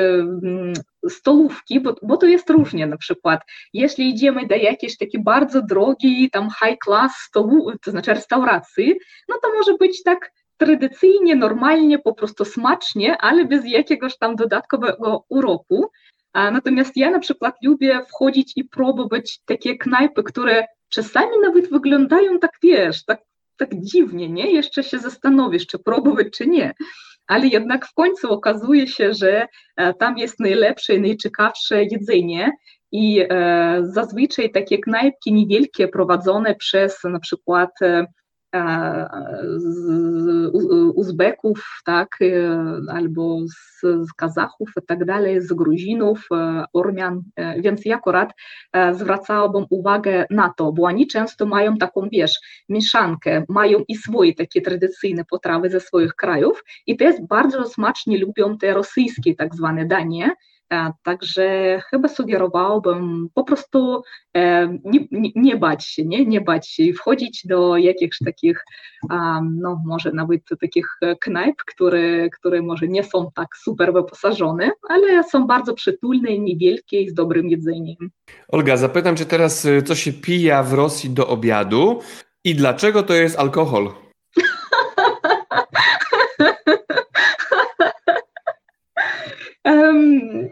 stolówki, bo, bo to jest różnie na przykład, jeśli idziemy do jakiejś takiej bardzo drogiej, tam high class stolu, to znaczy restauracji, no to może być tak tradycyjnie, normalnie, po prostu smacznie, ale bez jakiegoś tam dodatkowego uroku. A natomiast ja na przykład lubię wchodzić i próbować takie knajpy, które czasami nawet wyglądają tak, wiesz, tak, tak dziwnie, nie? Jeszcze się zastanowisz, czy próbować, czy nie. Ale jednak w końcu okazuje się, że tam jest najlepsze i najciekawsze jedzenie i e, zazwyczaj takie knajpki niewielkie prowadzone przez na przykład e, z Uzbeków, tak, albo z, z Kazachów i tak dalej, z Gruzinów, Ormian, więc ja akurat zwracałabym uwagę na to, bo oni często mają taką, wiesz, mieszankę, mają i swoje takie tradycyjne potrawy ze swoich krajów i też bardzo smacznie lubią te rosyjskie tak zwane danie, Także chyba sugerowałbym po prostu nie, nie, nie bać się, nie, nie bać się i wchodzić do jakichś takich, no może nawet takich knajp, które, które może nie są tak super wyposażone, ale są bardzo przytulne, niewielkie i z dobrym jedzeniem. Olga, zapytam cię teraz, co się pija w Rosji do obiadu i dlaczego to jest alkohol? um,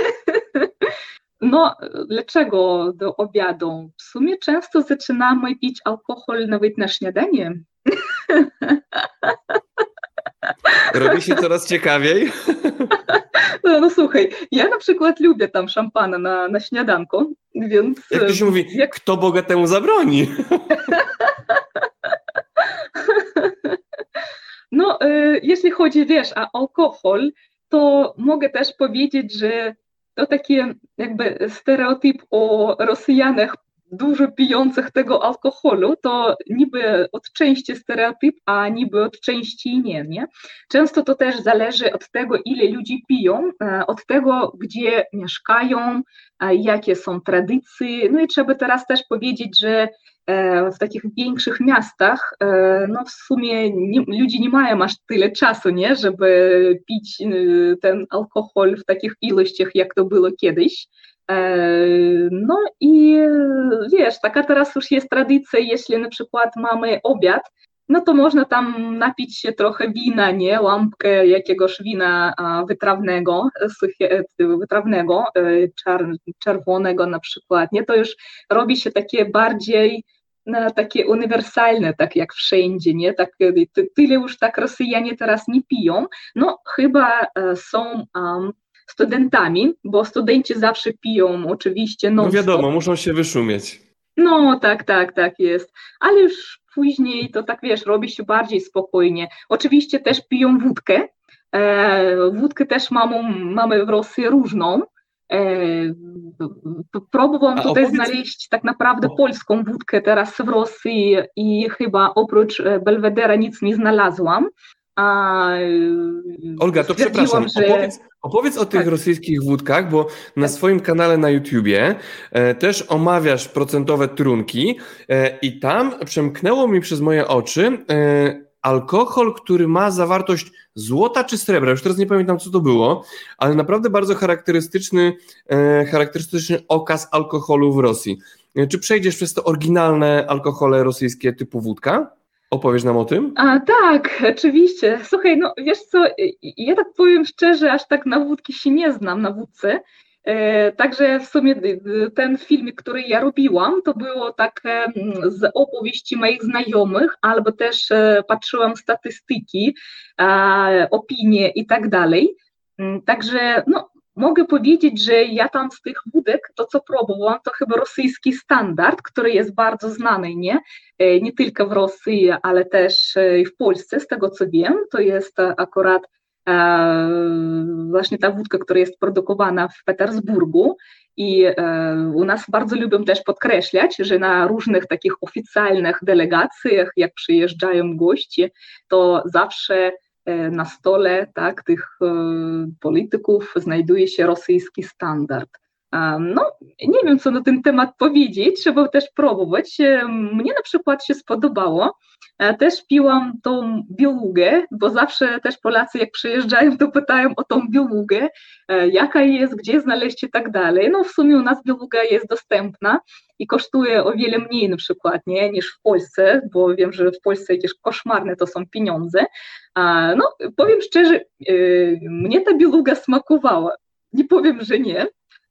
no, dlaczego do obiadu? W sumie często zaczynamy pić alkohol nawet na śniadanie. Robi się coraz ciekawiej. No, no słuchaj, ja na przykład lubię tam szampana na, na śniadanku, więc... Jak to się mówi, jak... kto Boga temu zabroni? No, y, jeśli chodzi, wiesz, o alkohol, to mogę też powiedzieć, że to taki jakby stereotyp o Rosjanach dużo pijących tego alkoholu, to niby od części stereotyp, a niby od części nie, nie? Często to też zależy od tego, ile ludzi piją, od tego, gdzie mieszkają, jakie są tradycje. No i trzeba teraz też powiedzieć, że w takich większych miastach, no w sumie nie, ludzie nie mają aż tyle czasu, nie, żeby pić ten alkohol w takich ilościach, jak to było kiedyś. No i wiesz, taka teraz już jest tradycja, jeśli na przykład mamy obiad, no to można tam napić się trochę wina, nie, lampkę jakiegoś wina wytrawnego, wytrawnego, czerwonego na przykład, nie, to już robi się takie bardziej no, takie uniwersalne, tak jak wszędzie, nie, tak, tyle już tak Rosjanie teraz nie piją, no chyba są um, studentami, bo studenci zawsze piją oczywiście non-stop. No wiadomo, muszą się wyszumieć. No tak, tak, tak jest, ale już później to tak wiesz, robi się bardziej spokojnie. Oczywiście też piją wódkę, e, wódkę też mamy, mamy w Rosji różną. E, próbowałam A tutaj opowiedz... znaleźć tak naprawdę polską wódkę teraz w Rosji i chyba oprócz Belvedera nic nie znalazłam. A, Olga, to przepraszam, że... opowiedz, opowiedz o tych tak. rosyjskich wódkach, bo na tak. swoim kanale na YouTubie e, też omawiasz procentowe trunki e, i tam przemknęło mi przez moje oczy e, alkohol, który ma zawartość złota czy srebra, już teraz nie pamiętam, co to było, ale naprawdę bardzo charakterystyczny, e, charakterystyczny okaz alkoholu w Rosji. E, czy przejdziesz przez te oryginalne alkohole rosyjskie typu wódka? Opowiesz nam o tym? A tak, oczywiście. Słuchaj, no wiesz co, ja tak powiem szczerze, aż tak na wódki się nie znam, na wódce. E, także w sumie ten filmik, który ja robiłam, to było tak e, z opowieści moich znajomych, albo też e, patrzyłam statystyki, e, opinie i tak dalej. E, także no, mogę powiedzieć, że ja tam z tych wódek, to co próbowałam, to chyba rosyjski standard, który jest bardzo znany, nie? Nie tylko w Rosji, ale też w Polsce, z tego co wiem, to jest akurat e, właśnie ta wódka, która jest produkowana w Petersburgu i e, u nas bardzo lubią też podkreślać, że na różnych takich oficjalnych delegacjach, jak przyjeżdżają goście, to zawsze na stole tak, tych polityków znajduje się rosyjski standard. No, nie wiem, co na ten temat powiedzieć, trzeba też próbować. Mnie na przykład się spodobało. Też piłam tą białugę, bo zawsze też Polacy jak przyjeżdżają, to pytają o tą białugę, jaka jest, gdzie znaleźć i tak dalej. No w sumie u nas białuga jest dostępna i kosztuje o wiele mniej na przykład nie, niż w Polsce, bo wiem, że w Polsce jakieś koszmarne to są pieniądze. No powiem szczerze, mnie ta białuga smakowała. Nie powiem, że nie,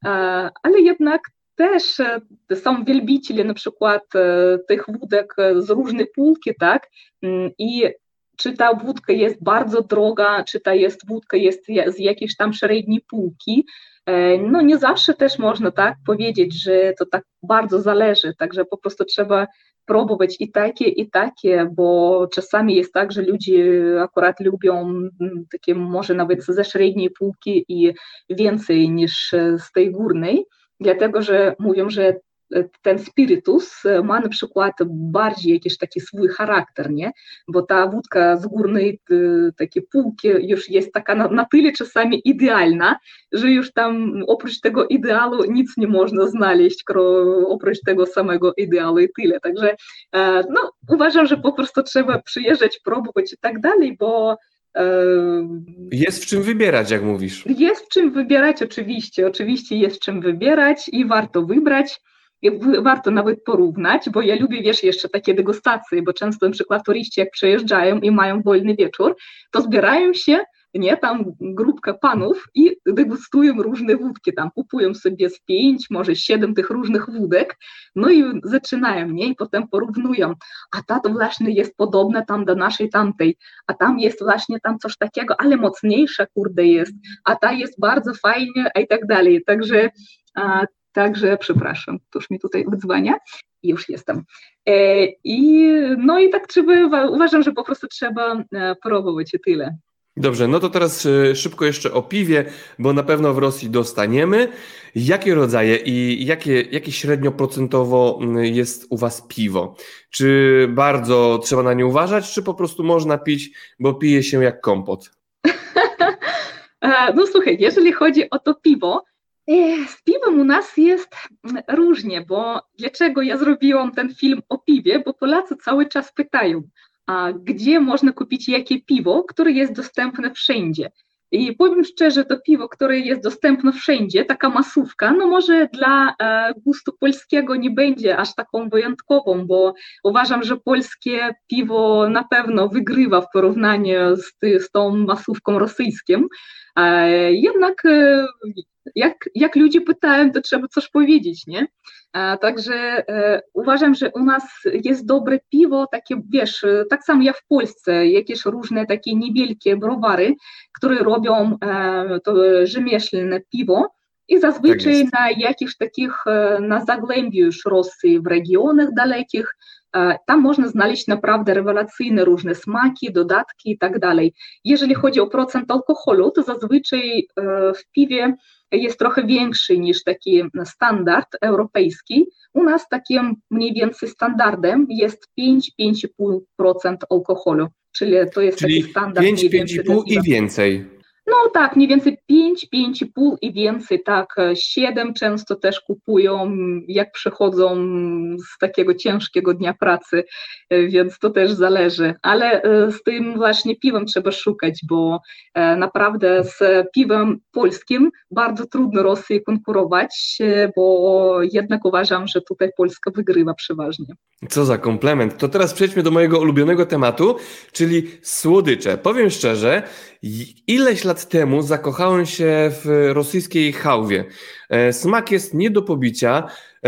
ale jednak też są wielbiciele na przykład tych wódek z różnej półki, tak, i czy ta wódka jest bardzo droga, czy ta jest wódka jest z jakiejś tam średniej półki, no nie zawsze też można tak powiedzieć, że to tak bardzo zależy, także po prostu trzeba próbować i takie, i takie, bo czasami jest tak, że ludzie akurat lubią takie może nawet ze średniej półki i więcej niż z tej górnej, dlatego że mówią, że ten spirytus ma na przykład bardziej jakiś taki swój charakter, nie? Bo ta wódka z górnej takiej półki już jest taka na, na tyle czasami idealna, że już tam oprócz tego ideału nic nie można znaleźć, oprócz tego samego ideału i tyle. Także no, uważam, że po prostu trzeba przyjeżdżać, próbować i tak dalej, bo jest w czym wybierać, jak mówisz. Jest w czym wybierać, oczywiście, oczywiście jest w czym wybierać i warto wybrać. Warto nawet porównać, bo ja lubię, wiesz, jeszcze takie degustacje, bo często na przykład turyści jak przyjeżdżają i mają wolny wieczór, to zbierają się, nie, tam grupka panów i degustują różne wódki, tam kupują sobie z pięć, może siedem tych różnych wódek, no i zaczynają, nie, i potem porównują, a ta to właśnie jest podobna tam do naszej tamtej, a tam jest właśnie tam coś takiego, ale mocniejsza, kurde, jest, a ta jest bardzo fajnie, i tak dalej, także a, Także, przepraszam, ktoś mi tutaj wydzwania i już jestem. E, i, no i tak trzeba, uważam, że po prostu trzeba e, próbować i tyle. Dobrze, no to teraz e, szybko jeszcze o piwie, bo na pewno w Rosji dostaniemy. Jakie rodzaje i jakie, jakie średnio procentowo jest u was piwo? Czy bardzo trzeba na nie uważać, czy po prostu można pić, bo pije się jak kompot? e, no słuchaj, jeżeli chodzi o to piwo, z piwem u nas jest różnie, bo dlaczego ja zrobiłam ten film o piwie, bo Polacy cały czas pytają, a gdzie można kupić jakie piwo, które jest dostępne wszędzie. I powiem szczerze, to piwo, które jest dostępne wszędzie, taka masówka, no może dla e, gustu polskiego nie będzie aż taką wyjątkową, bo uważam, że polskie piwo na pewno wygrywa w porównaniu z, z tą masówką rosyjską. E, jednak e, jak, jak ludzie pytają, to trzeba coś powiedzieć, nie? E, także e, uważam, że u nas jest dobre piwo, takie, wiesz, tak samo jak w Polsce, jakieś różne takie niewielkie browary, które robią e, to rzemieślne piwo i zazwyczaj tak na jakichś takich, na zagłębiu już Rosji, w regionach dalekich, e, tam można znaleźć naprawdę rewelacyjne różne smaki, dodatki i tak dalej. Jeżeli chodzi o procent alkoholu, to zazwyczaj e, w piwie jest trochę większy niż taki standard europejski. U nas takim mniej więcej standardem jest pięć do pięciu i pół procent alkoholu, czyli to jest czyli taki standard. pięć, pięć i pół i więcej. No tak, mniej więcej pięć, pięć i pół i więcej, tak, siedem często też kupują, jak przychodzą z takiego ciężkiego dnia pracy, więc to też zależy, ale z tym właśnie piwem trzeba szukać, bo naprawdę z piwem polskim bardzo trudno Rosji konkurować, bo jednak uważam, że tutaj Polska wygrywa przeważnie. Co za komplement. To teraz przejdźmy do mojego ulubionego tematu, czyli słodycze. Powiem szczerze, ileś lat temu zakochałem się w rosyjskiej chałwie. Smak jest nie do pobicia.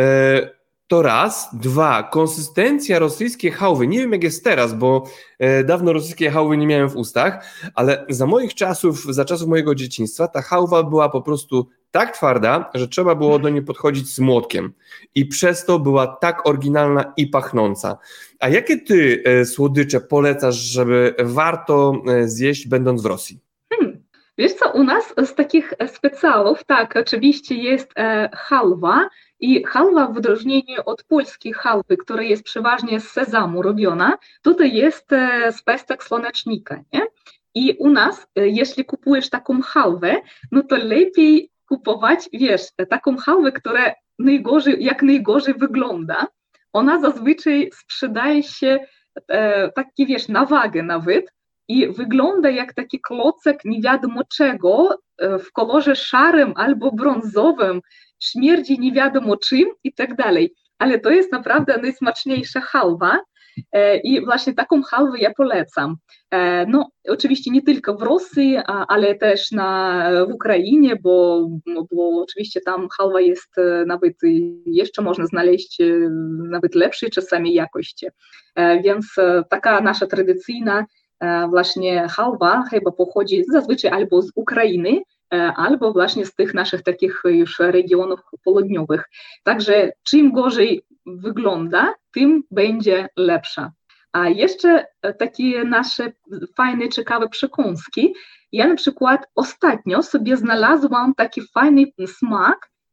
To raz. Dwa. Konsystencja rosyjskiej chałwy. Nie wiem jak jest teraz, bo dawno rosyjskiej chałwy nie miałem w ustach, ale za moich czasów, za czasów mojego dzieciństwa ta chałwa była po prostu tak twarda, że trzeba było do niej podchodzić z młotkiem i przez to była tak oryginalna i pachnąca. A jakie ty e, słodycze polecasz, żeby warto e, zjeść będąc w Rosji? Hmm. Wiesz co, u nas z takich specjalów, tak, oczywiście jest e, halwa i halwa w odróżnieniu od polskiej halwy, która jest przeważnie z sezamu robiona, tutaj jest e, z pestek słonecznika, nie? I u nas, e, jeśli kupujesz taką halwę, no to lepiej kupować, wiesz, taką chałwę, która najgorzej, jak najgorzej wygląda. Ona zazwyczaj sprzedaje się e, taki, wiesz, na wagę nawet i wygląda jak taki klocek nie wiadomo czego e, w kolorze szarym albo brązowym, śmierdzi nie wiadomo czym i tak dalej. Ale to jest naprawdę najsmaczniejsza chałwa. I właśnie taką chałwę ja polecam. No, oczywiście nie tylko w Rosji, ale też na, w Ukrainie, bo, bo oczywiście tam chałwa jest nawet jeszcze można znaleźć nawet lepszej czasami jakości. Więc taka nasza tradycyjna właśnie chałwa chyba pochodzi zazwyczaj albo z Ukrainy, albo właśnie z tych naszych takich już regionów południowych. Także czym gorzej wygląda, tym będzie lepsza. A jeszcze takie nasze fajne, ciekawe przekąski. Ja na przykład ostatnio sobie znalazłam taki fajny smak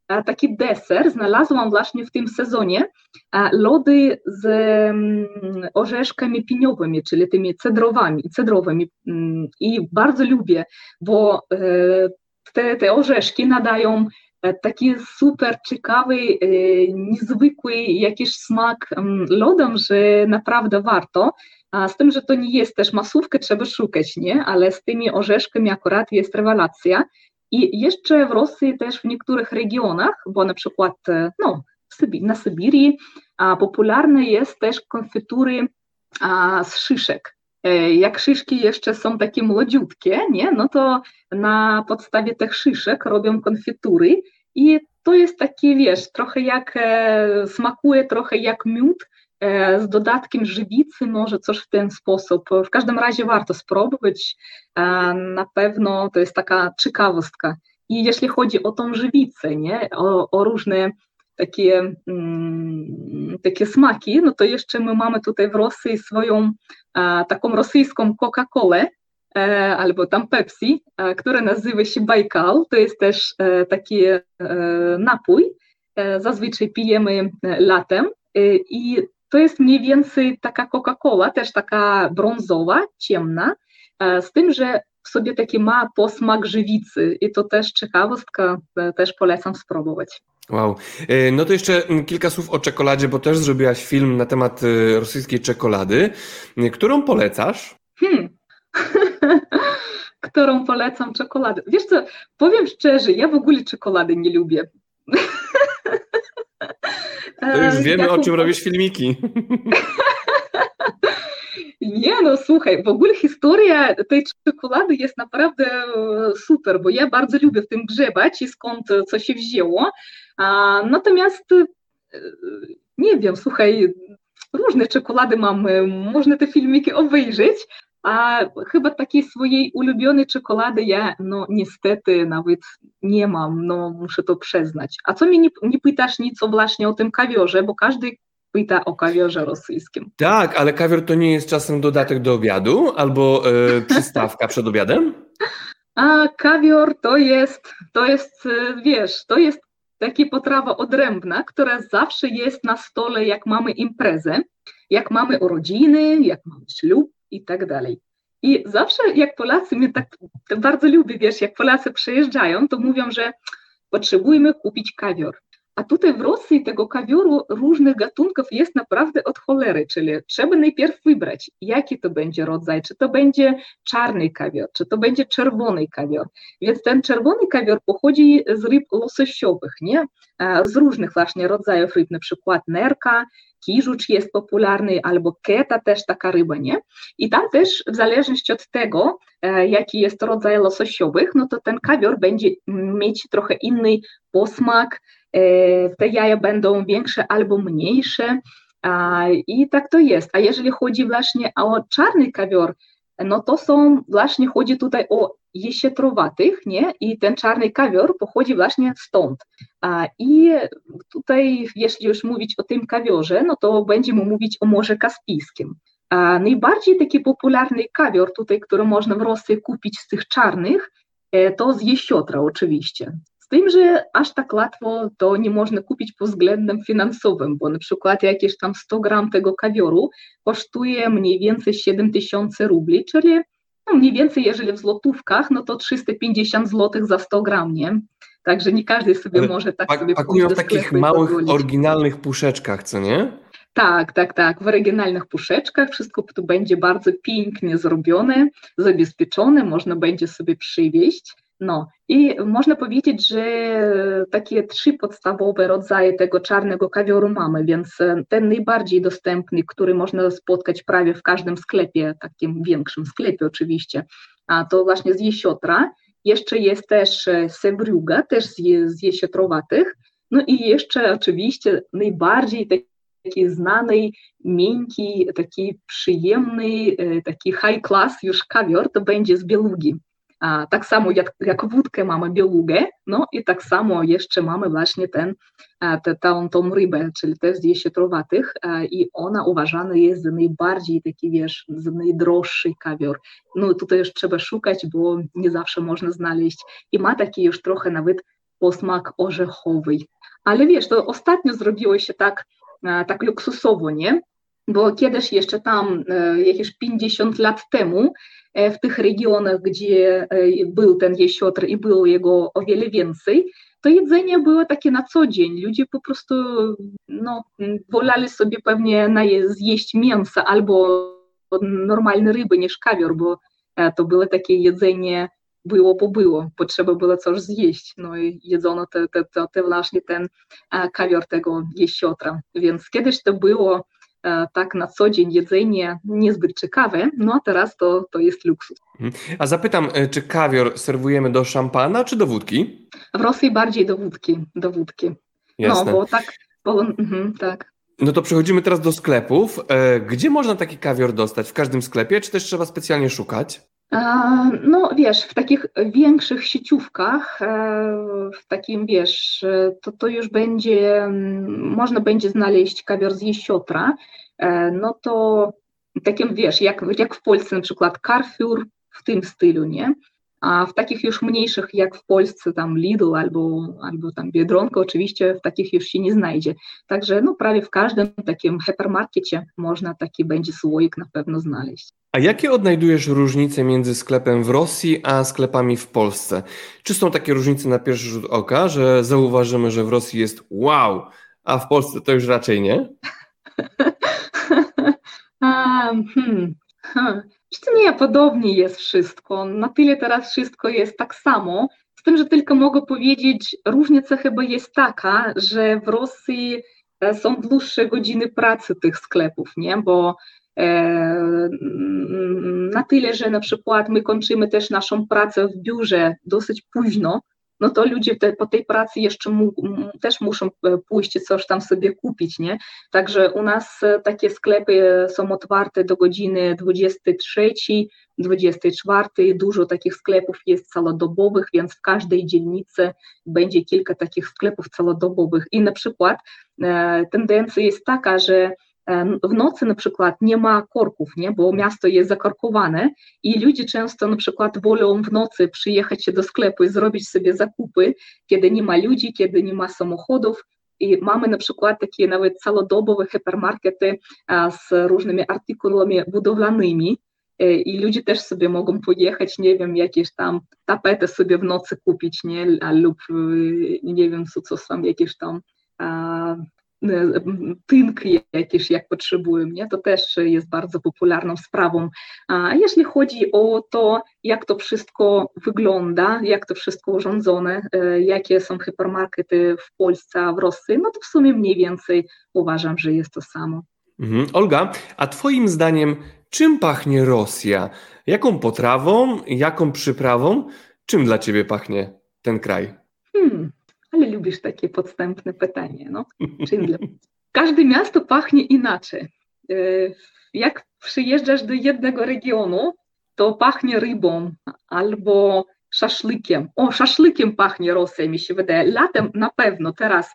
taki deser, znalazłam właśnie w tym sezonie lody z orzeszkami piniowymi, czyli tymi cedrowymi, cedrowymi i bardzo lubię, bo te, te orzeszki nadają taki super ciekawy, niezwykły jakiś smak lodom, że naprawdę warto. A z tym, że to nie jest też masówka, trzeba szukać, nie? Ale z tymi orzeszkami akurat jest rewelacja. I jeszcze w Rosji też w niektórych regionach, bo na przykład no, na Syberii popularne jest też konfitury z szyszek. Jak szyszki jeszcze są takie młodziutkie, nie? No to na podstawie tych szyszek robią konfitury i to jest takie, wiesz, trochę jak, smakuje trochę jak miód, z dodatkiem żywicy, może coś w ten sposób. W każdym razie warto spróbować, na pewno to jest taka ciekawostka. I jeśli chodzi o tą żywicę, nie? O, o różne takie, mm, takie smaki, no to jeszcze my mamy tutaj w Rosji swoją a, taką rosyjską Coca-Colę, e, albo tam Pepsi, a, która nazywa się Bajkal, to jest też e, taki e, napój, e, zazwyczaj pijemy latem e, i to jest mniej więcej taka Coca-Cola, też taka brązowa, ciemna, z tym, że w sobie taki ma posmak żywicy i to też ciekawostka, też polecam spróbować. Wow. No to jeszcze kilka słów o czekoladzie, bo też zrobiłaś film na temat rosyjskiej czekolady. Którą polecasz? Hmm. Którą polecam czekoladę? Wiesz co, powiem szczerze, ja w ogóle czekolady nie lubię. To już wiemy, jak... o czym robisz filmiki. Nie, no słuchaj, w ogóle historia tej czekolady jest naprawdę super, bo ja bardzo lubię w tym grzebać i skąd co się wzięło. A, natomiast nie wiem, słuchaj, różne czekolady mamy, można te filmiki obejrzeć, a chyba takiej swojej ulubionej czekolady ja no niestety nawet nie mam, no muszę to przyznać. A co mnie nie, nie pytasz nic o właśnie o tym kawiorze, bo każdy pyta o kawiorze rosyjskim. Tak, ale kawior to nie jest czasem dodatek do obiadu albo e, przystawka przed obiadem? A kawior to jest, to jest, wiesz, to jest taka potrawa odrębna, która zawsze jest na stole, jak mamy imprezę, jak mamy urodziny, jak mamy ślub i tak dalej. I zawsze jak Polacy, mnie tak bardzo lubię, wiesz, jak Polacy przyjeżdżają, to mówią, że potrzebujemy kupić kawior. A tutaj w Rosji tego kawioru różnych gatunków jest naprawdę od cholery, czyli trzeba najpierw wybrać, jaki to będzie rodzaj, czy to będzie czarny kawior, czy to będzie czerwony kawior. Więc ten czerwony kawior pochodzi z ryb łososiowych, nie? Z różnych właśnie rodzajów ryb, na przykład nerka, kiżucz jest popularny, albo keta też taka ryba, nie? I tam też w zależności od tego, jaki jest rodzaj lososiowych, no to ten kawior będzie mieć trochę inny posmak, te jaja będą większe albo mniejsze i tak to jest. A jeżeli chodzi właśnie o czarny kawior, no to są właśnie, chodzi tutaj o jesietrowatych, nie? I ten czarny kawior pochodzi właśnie stąd. I tutaj, jeśli już mówić o tym kawiorze, no to będziemy mówić o Morzu Kaspijskim. Najbardziej taki popularny kawior tutaj, który można w Rosji kupić z tych czarnych, to z jesiotra oczywiście. Z tym, że aż tak łatwo to nie można kupić pod względem finansowym, bo na przykład jakieś tam sto gram tego kawioru kosztuje mniej więcej siedem tysięcy rubli, czyli no mniej więcej, jeżeli w złotówkach, no to trzysta pięćdziesiąt złotych za sto gram, nie? Także nie każdy sobie Ale może tak pak, sobie pakują w takich małych, pozwolić. Oryginalnych puszeczkach, co nie? Tak, tak, tak, w oryginalnych puszeczkach wszystko to będzie bardzo pięknie zrobione, zabezpieczone, można będzie sobie przywieźć. No i można powiedzieć, że takie trzy podstawowe rodzaje tego czarnego kawioru mamy, więc ten najbardziej dostępny, który można spotkać prawie w każdym sklepie, takim większym sklepie oczywiście, a to właśnie z jesiotra. Jeszcze jest też sewriuga, też z jesiotrowatych, no i jeszcze oczywiście najbardziej taki znany, miękki, taki przyjemny, taki high class już kawior, to będzie z Bielugi. A, tak samo jak, jak wódkę mamy białugę, no i tak samo jeszcze mamy właśnie ten, te, tą, tą rybę, czyli też z jesietrowatych i ona uważana jest za najbardziej taki, wiesz, za najdroższy kawior. No tutaj już trzeba szukać, bo nie zawsze można znaleźć i ma taki już trochę nawet posmak orzechowy. Ale wiesz, to ostatnio zrobiło się tak, tak luksusowo, nie? Bo kiedyś jeszcze tam, jakieś pięćdziesiąt lat temu, w tych regionach, gdzie był ten jesiotr i było jego o wiele więcej, to jedzenie było takie na co dzień. Ludzie po prostu no, wolali sobie pewnie zjeść mięsa albo normalne ryby niż kawior, bo to było takie jedzenie było, bo było, potrzeba było coś zjeść, no i jedzono te, te, te, te właśnie ten kawior tego jesiotra, więc kiedyś to było tak na co dzień jedzenie niezbyt ciekawe, no a teraz to, to jest luksus. A zapytam, czy kawior serwujemy do szampana czy do wódki? W Rosji bardziej do wódki, do wódki. Jasne. No bo tak, bo, mhm, tak. No to przechodzimy teraz do sklepów. Gdzie można taki kawior dostać? W każdym sklepie, czy też trzeba specjalnie szukać? No wiesz, w takich większych sieciówkach, w takim wiesz, to, to już będzie, można będzie znaleźć kawior z jesiotra, no to takim wiesz, jak, jak w Polsce na przykład Carrefour w tym stylu, nie? A w takich już mniejszych jak w Polsce tam Lidl albo, albo tam Biedronka oczywiście w takich już się nie znajdzie. Także no prawie w każdym takim hipermarkecie można taki będzie słoik na pewno znaleźć. A jakie odnajdujesz różnice między sklepem w Rosji a sklepami w Polsce? Czy są takie różnice na pierwszy rzut oka, że zauważymy, że w Rosji jest wow, a w Polsce to już raczej nie? um, hmm, hmm. Nie, podobnie jest wszystko. Na tyle teraz wszystko jest tak samo, z tym, że tylko mogę powiedzieć, różnica chyba jest taka, że w Rosji są dłuższe godziny pracy tych sklepów, nie? Bo e, na tyle, że na przykład my kończymy też naszą pracę w biurze dosyć późno, no to ludzie te, po tej pracy jeszcze mu, też muszą pójść coś tam sobie kupić, nie? Także u nas takie sklepy są otwarte do godziny dwudziestej trzeciej, dwudziestej czwartej, dużo takich sklepów jest całodobowych, więc w każdej dzielnicy będzie kilka takich sklepów całodobowych i na przykład e, tendencja jest taka, że w nocy na przykład nie ma korków, nie? Bo miasto jest zakorkowane i ludzie często na przykład wolą w nocy przyjechać do sklepu i zrobić sobie zakupy, kiedy nie ma ludzi, kiedy nie ma samochodów i mamy na przykład takie nawet całodobowe hipermarkety z różnymi artykułami budowlanymi i ludzie też sobie mogą pojechać, nie wiem, jakieś tam tapety sobie w nocy kupić, nie? Lub nie wiem, co, co są jakieś tam tynki jakieś, jak potrzebują, nie? To też jest bardzo popularną sprawą. A jeśli chodzi o to, jak to wszystko wygląda, jak to wszystko urządzone, jakie są hipermarkety w Polsce, a w Rosji, no to w sumie mniej więcej uważam, że jest to samo. Mhm. Olga, a twoim zdaniem czym pachnie Rosja? Jaką potrawą, jaką przyprawą? Czym dla ciebie pachnie ten kraj? Hmm. Ale lubisz takie podstępne pytanie, no. Czym dla... Każde miasto pachnie inaczej. Jak przyjeżdżasz do jednego regionu, to pachnie rybą albo szaszłykiem. O, szaszłykiem pachnie Rosja, mi się wydaje. Latem na pewno teraz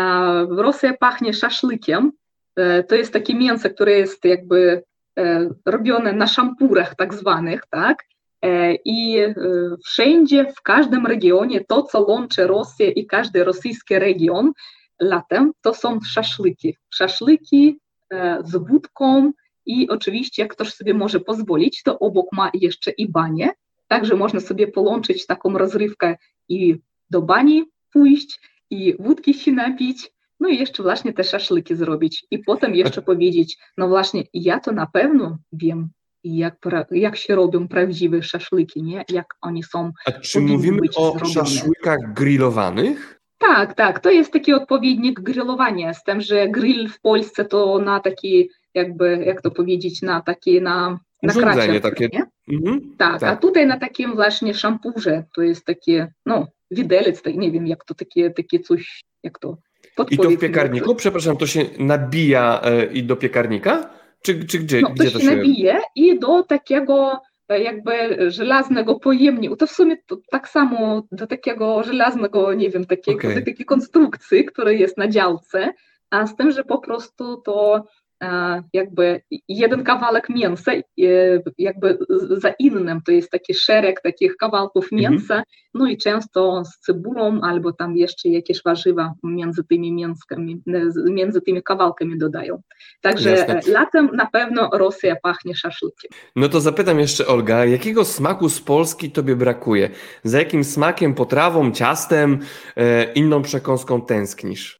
Rosja pachnie szaszłykiem. To jest takie mięso, które jest jakby robione na szampurach tak zwanych, tak? I wszędzie, w każdym regionie, to co łączy Rosję i każdy rosyjski region latem, to są szaszłyki. Szaszłyki z wódką i oczywiście jak ktoś sobie może pozwolić, to obok ma jeszcze i banię, także można sobie połączyć taką rozrywkę i do bani pójść, i wódki się napić, no i jeszcze właśnie te szaszłyki zrobić. I potem jeszcze powiedzieć, no właśnie ja to na pewno wiem, Jak, jak się robią prawdziwe szaszłyki, nie? Jak oni są. A czy mówimy o zrobione. Szaszłykach grillowanych? Tak, tak, to jest taki odpowiednik grillowania, z tym, że grill w Polsce to na taki, jakby, jak to powiedzieć, na taki, na, na kracie, takie. Nie? Mhm, tak, tak, a tutaj na takim właśnie szampurze, to jest takie, no, widelec, tak, nie wiem, jak to takie, takie coś, jak to I to w piekarniku? Przepraszam, to się nabija e, i do piekarnika? Czy, czy gdzie, no, to gdzie się to się nabije i do takiego jakby żelaznego pojemnika, to w sumie to tak samo do takiego żelaznego, nie wiem, takiej, okay. takiej konstrukcji, która jest na działce, a z tym, że po prostu to jakby jeden kawałek mięsa, jakby za innym, to jest taki szereg takich kawałków mięsa, mhm. no i często z cebulą albo tam jeszcze jakieś warzywa między tymi mięskami, między tymi kawałkami dodają. Także Jasne. Latem na pewno Rosja pachnie szaszłykiem. No to zapytam jeszcze, Olga, jakiego smaku z Polski tobie brakuje? Za jakim smakiem, potrawą, ciastem, e, inną przekąską tęsknisz?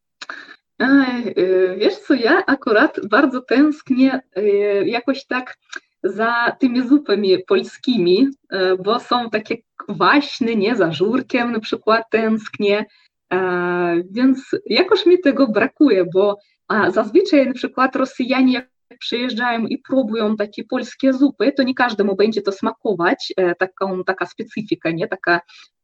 Wiesz co, ja akurat bardzo tęsknię jakoś tak za tymi zupami polskimi, bo są takie kwaśne, nie za żurkiem na przykład tęsknię, więc jakoś mi tego brakuje, bo zazwyczaj na przykład Rosjanie jak przyjeżdżają i próbują takie polskie zupy, to nie każdemu będzie to smakować, taką, taka specyfika, nie? Taka,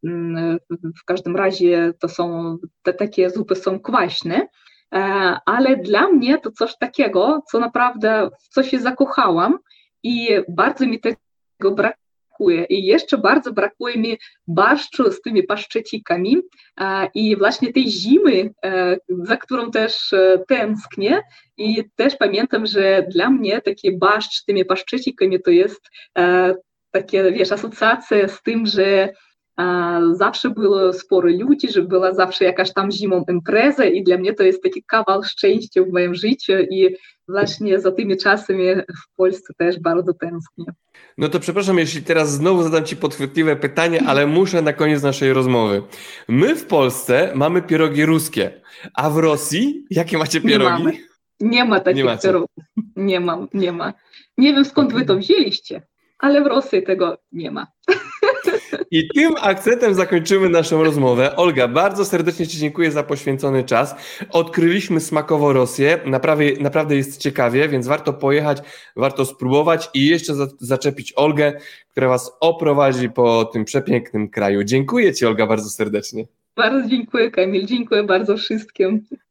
w każdym razie to są, te takie zupy są kwaśne, ale dla mnie to coś takiego, co naprawdę, w co się zakochałam i bardzo mi tego brakuje. I jeszcze bardzo brakuje mi barszczu z tymi paszczecikami i właśnie tej zimy, za którą też tęsknię. I też pamiętam, że dla mnie taki barszcz z tymi paszczecikami to jest takie, wiesz, asocjacja z tym, że zawsze było sporo ludzi, że była zawsze jakaś tam zimą impreza i dla mnie to jest taki kawał szczęścia w moim życiu i właśnie za tymi czasami w Polsce też bardzo tęsknię. No to przepraszam, jeśli teraz znowu zadam Ci podchwytliwe pytanie, ale muszę na koniec naszej rozmowy. My w Polsce mamy pierogi ruskie, a w Rosji jakie macie pierogi? Nie, mamy. Nie ma takich nie pierogów. Nie ma, nie ma. Nie wiem skąd wy to wzięliście, ale w Rosji tego nie ma. I tym akcentem zakończymy naszą rozmowę. Olga, bardzo serdecznie Ci dziękuję za poświęcony czas. Odkryliśmy smakowo Rosję. Naprawdę, naprawdę jest ciekawie, więc warto pojechać, warto spróbować i jeszcze za, zaczepić Olgę, która Was oprowadzi po tym przepięknym kraju. Dziękuję Ci, Olga, bardzo serdecznie. Bardzo dziękuję, Kamil. Dziękuję bardzo wszystkim.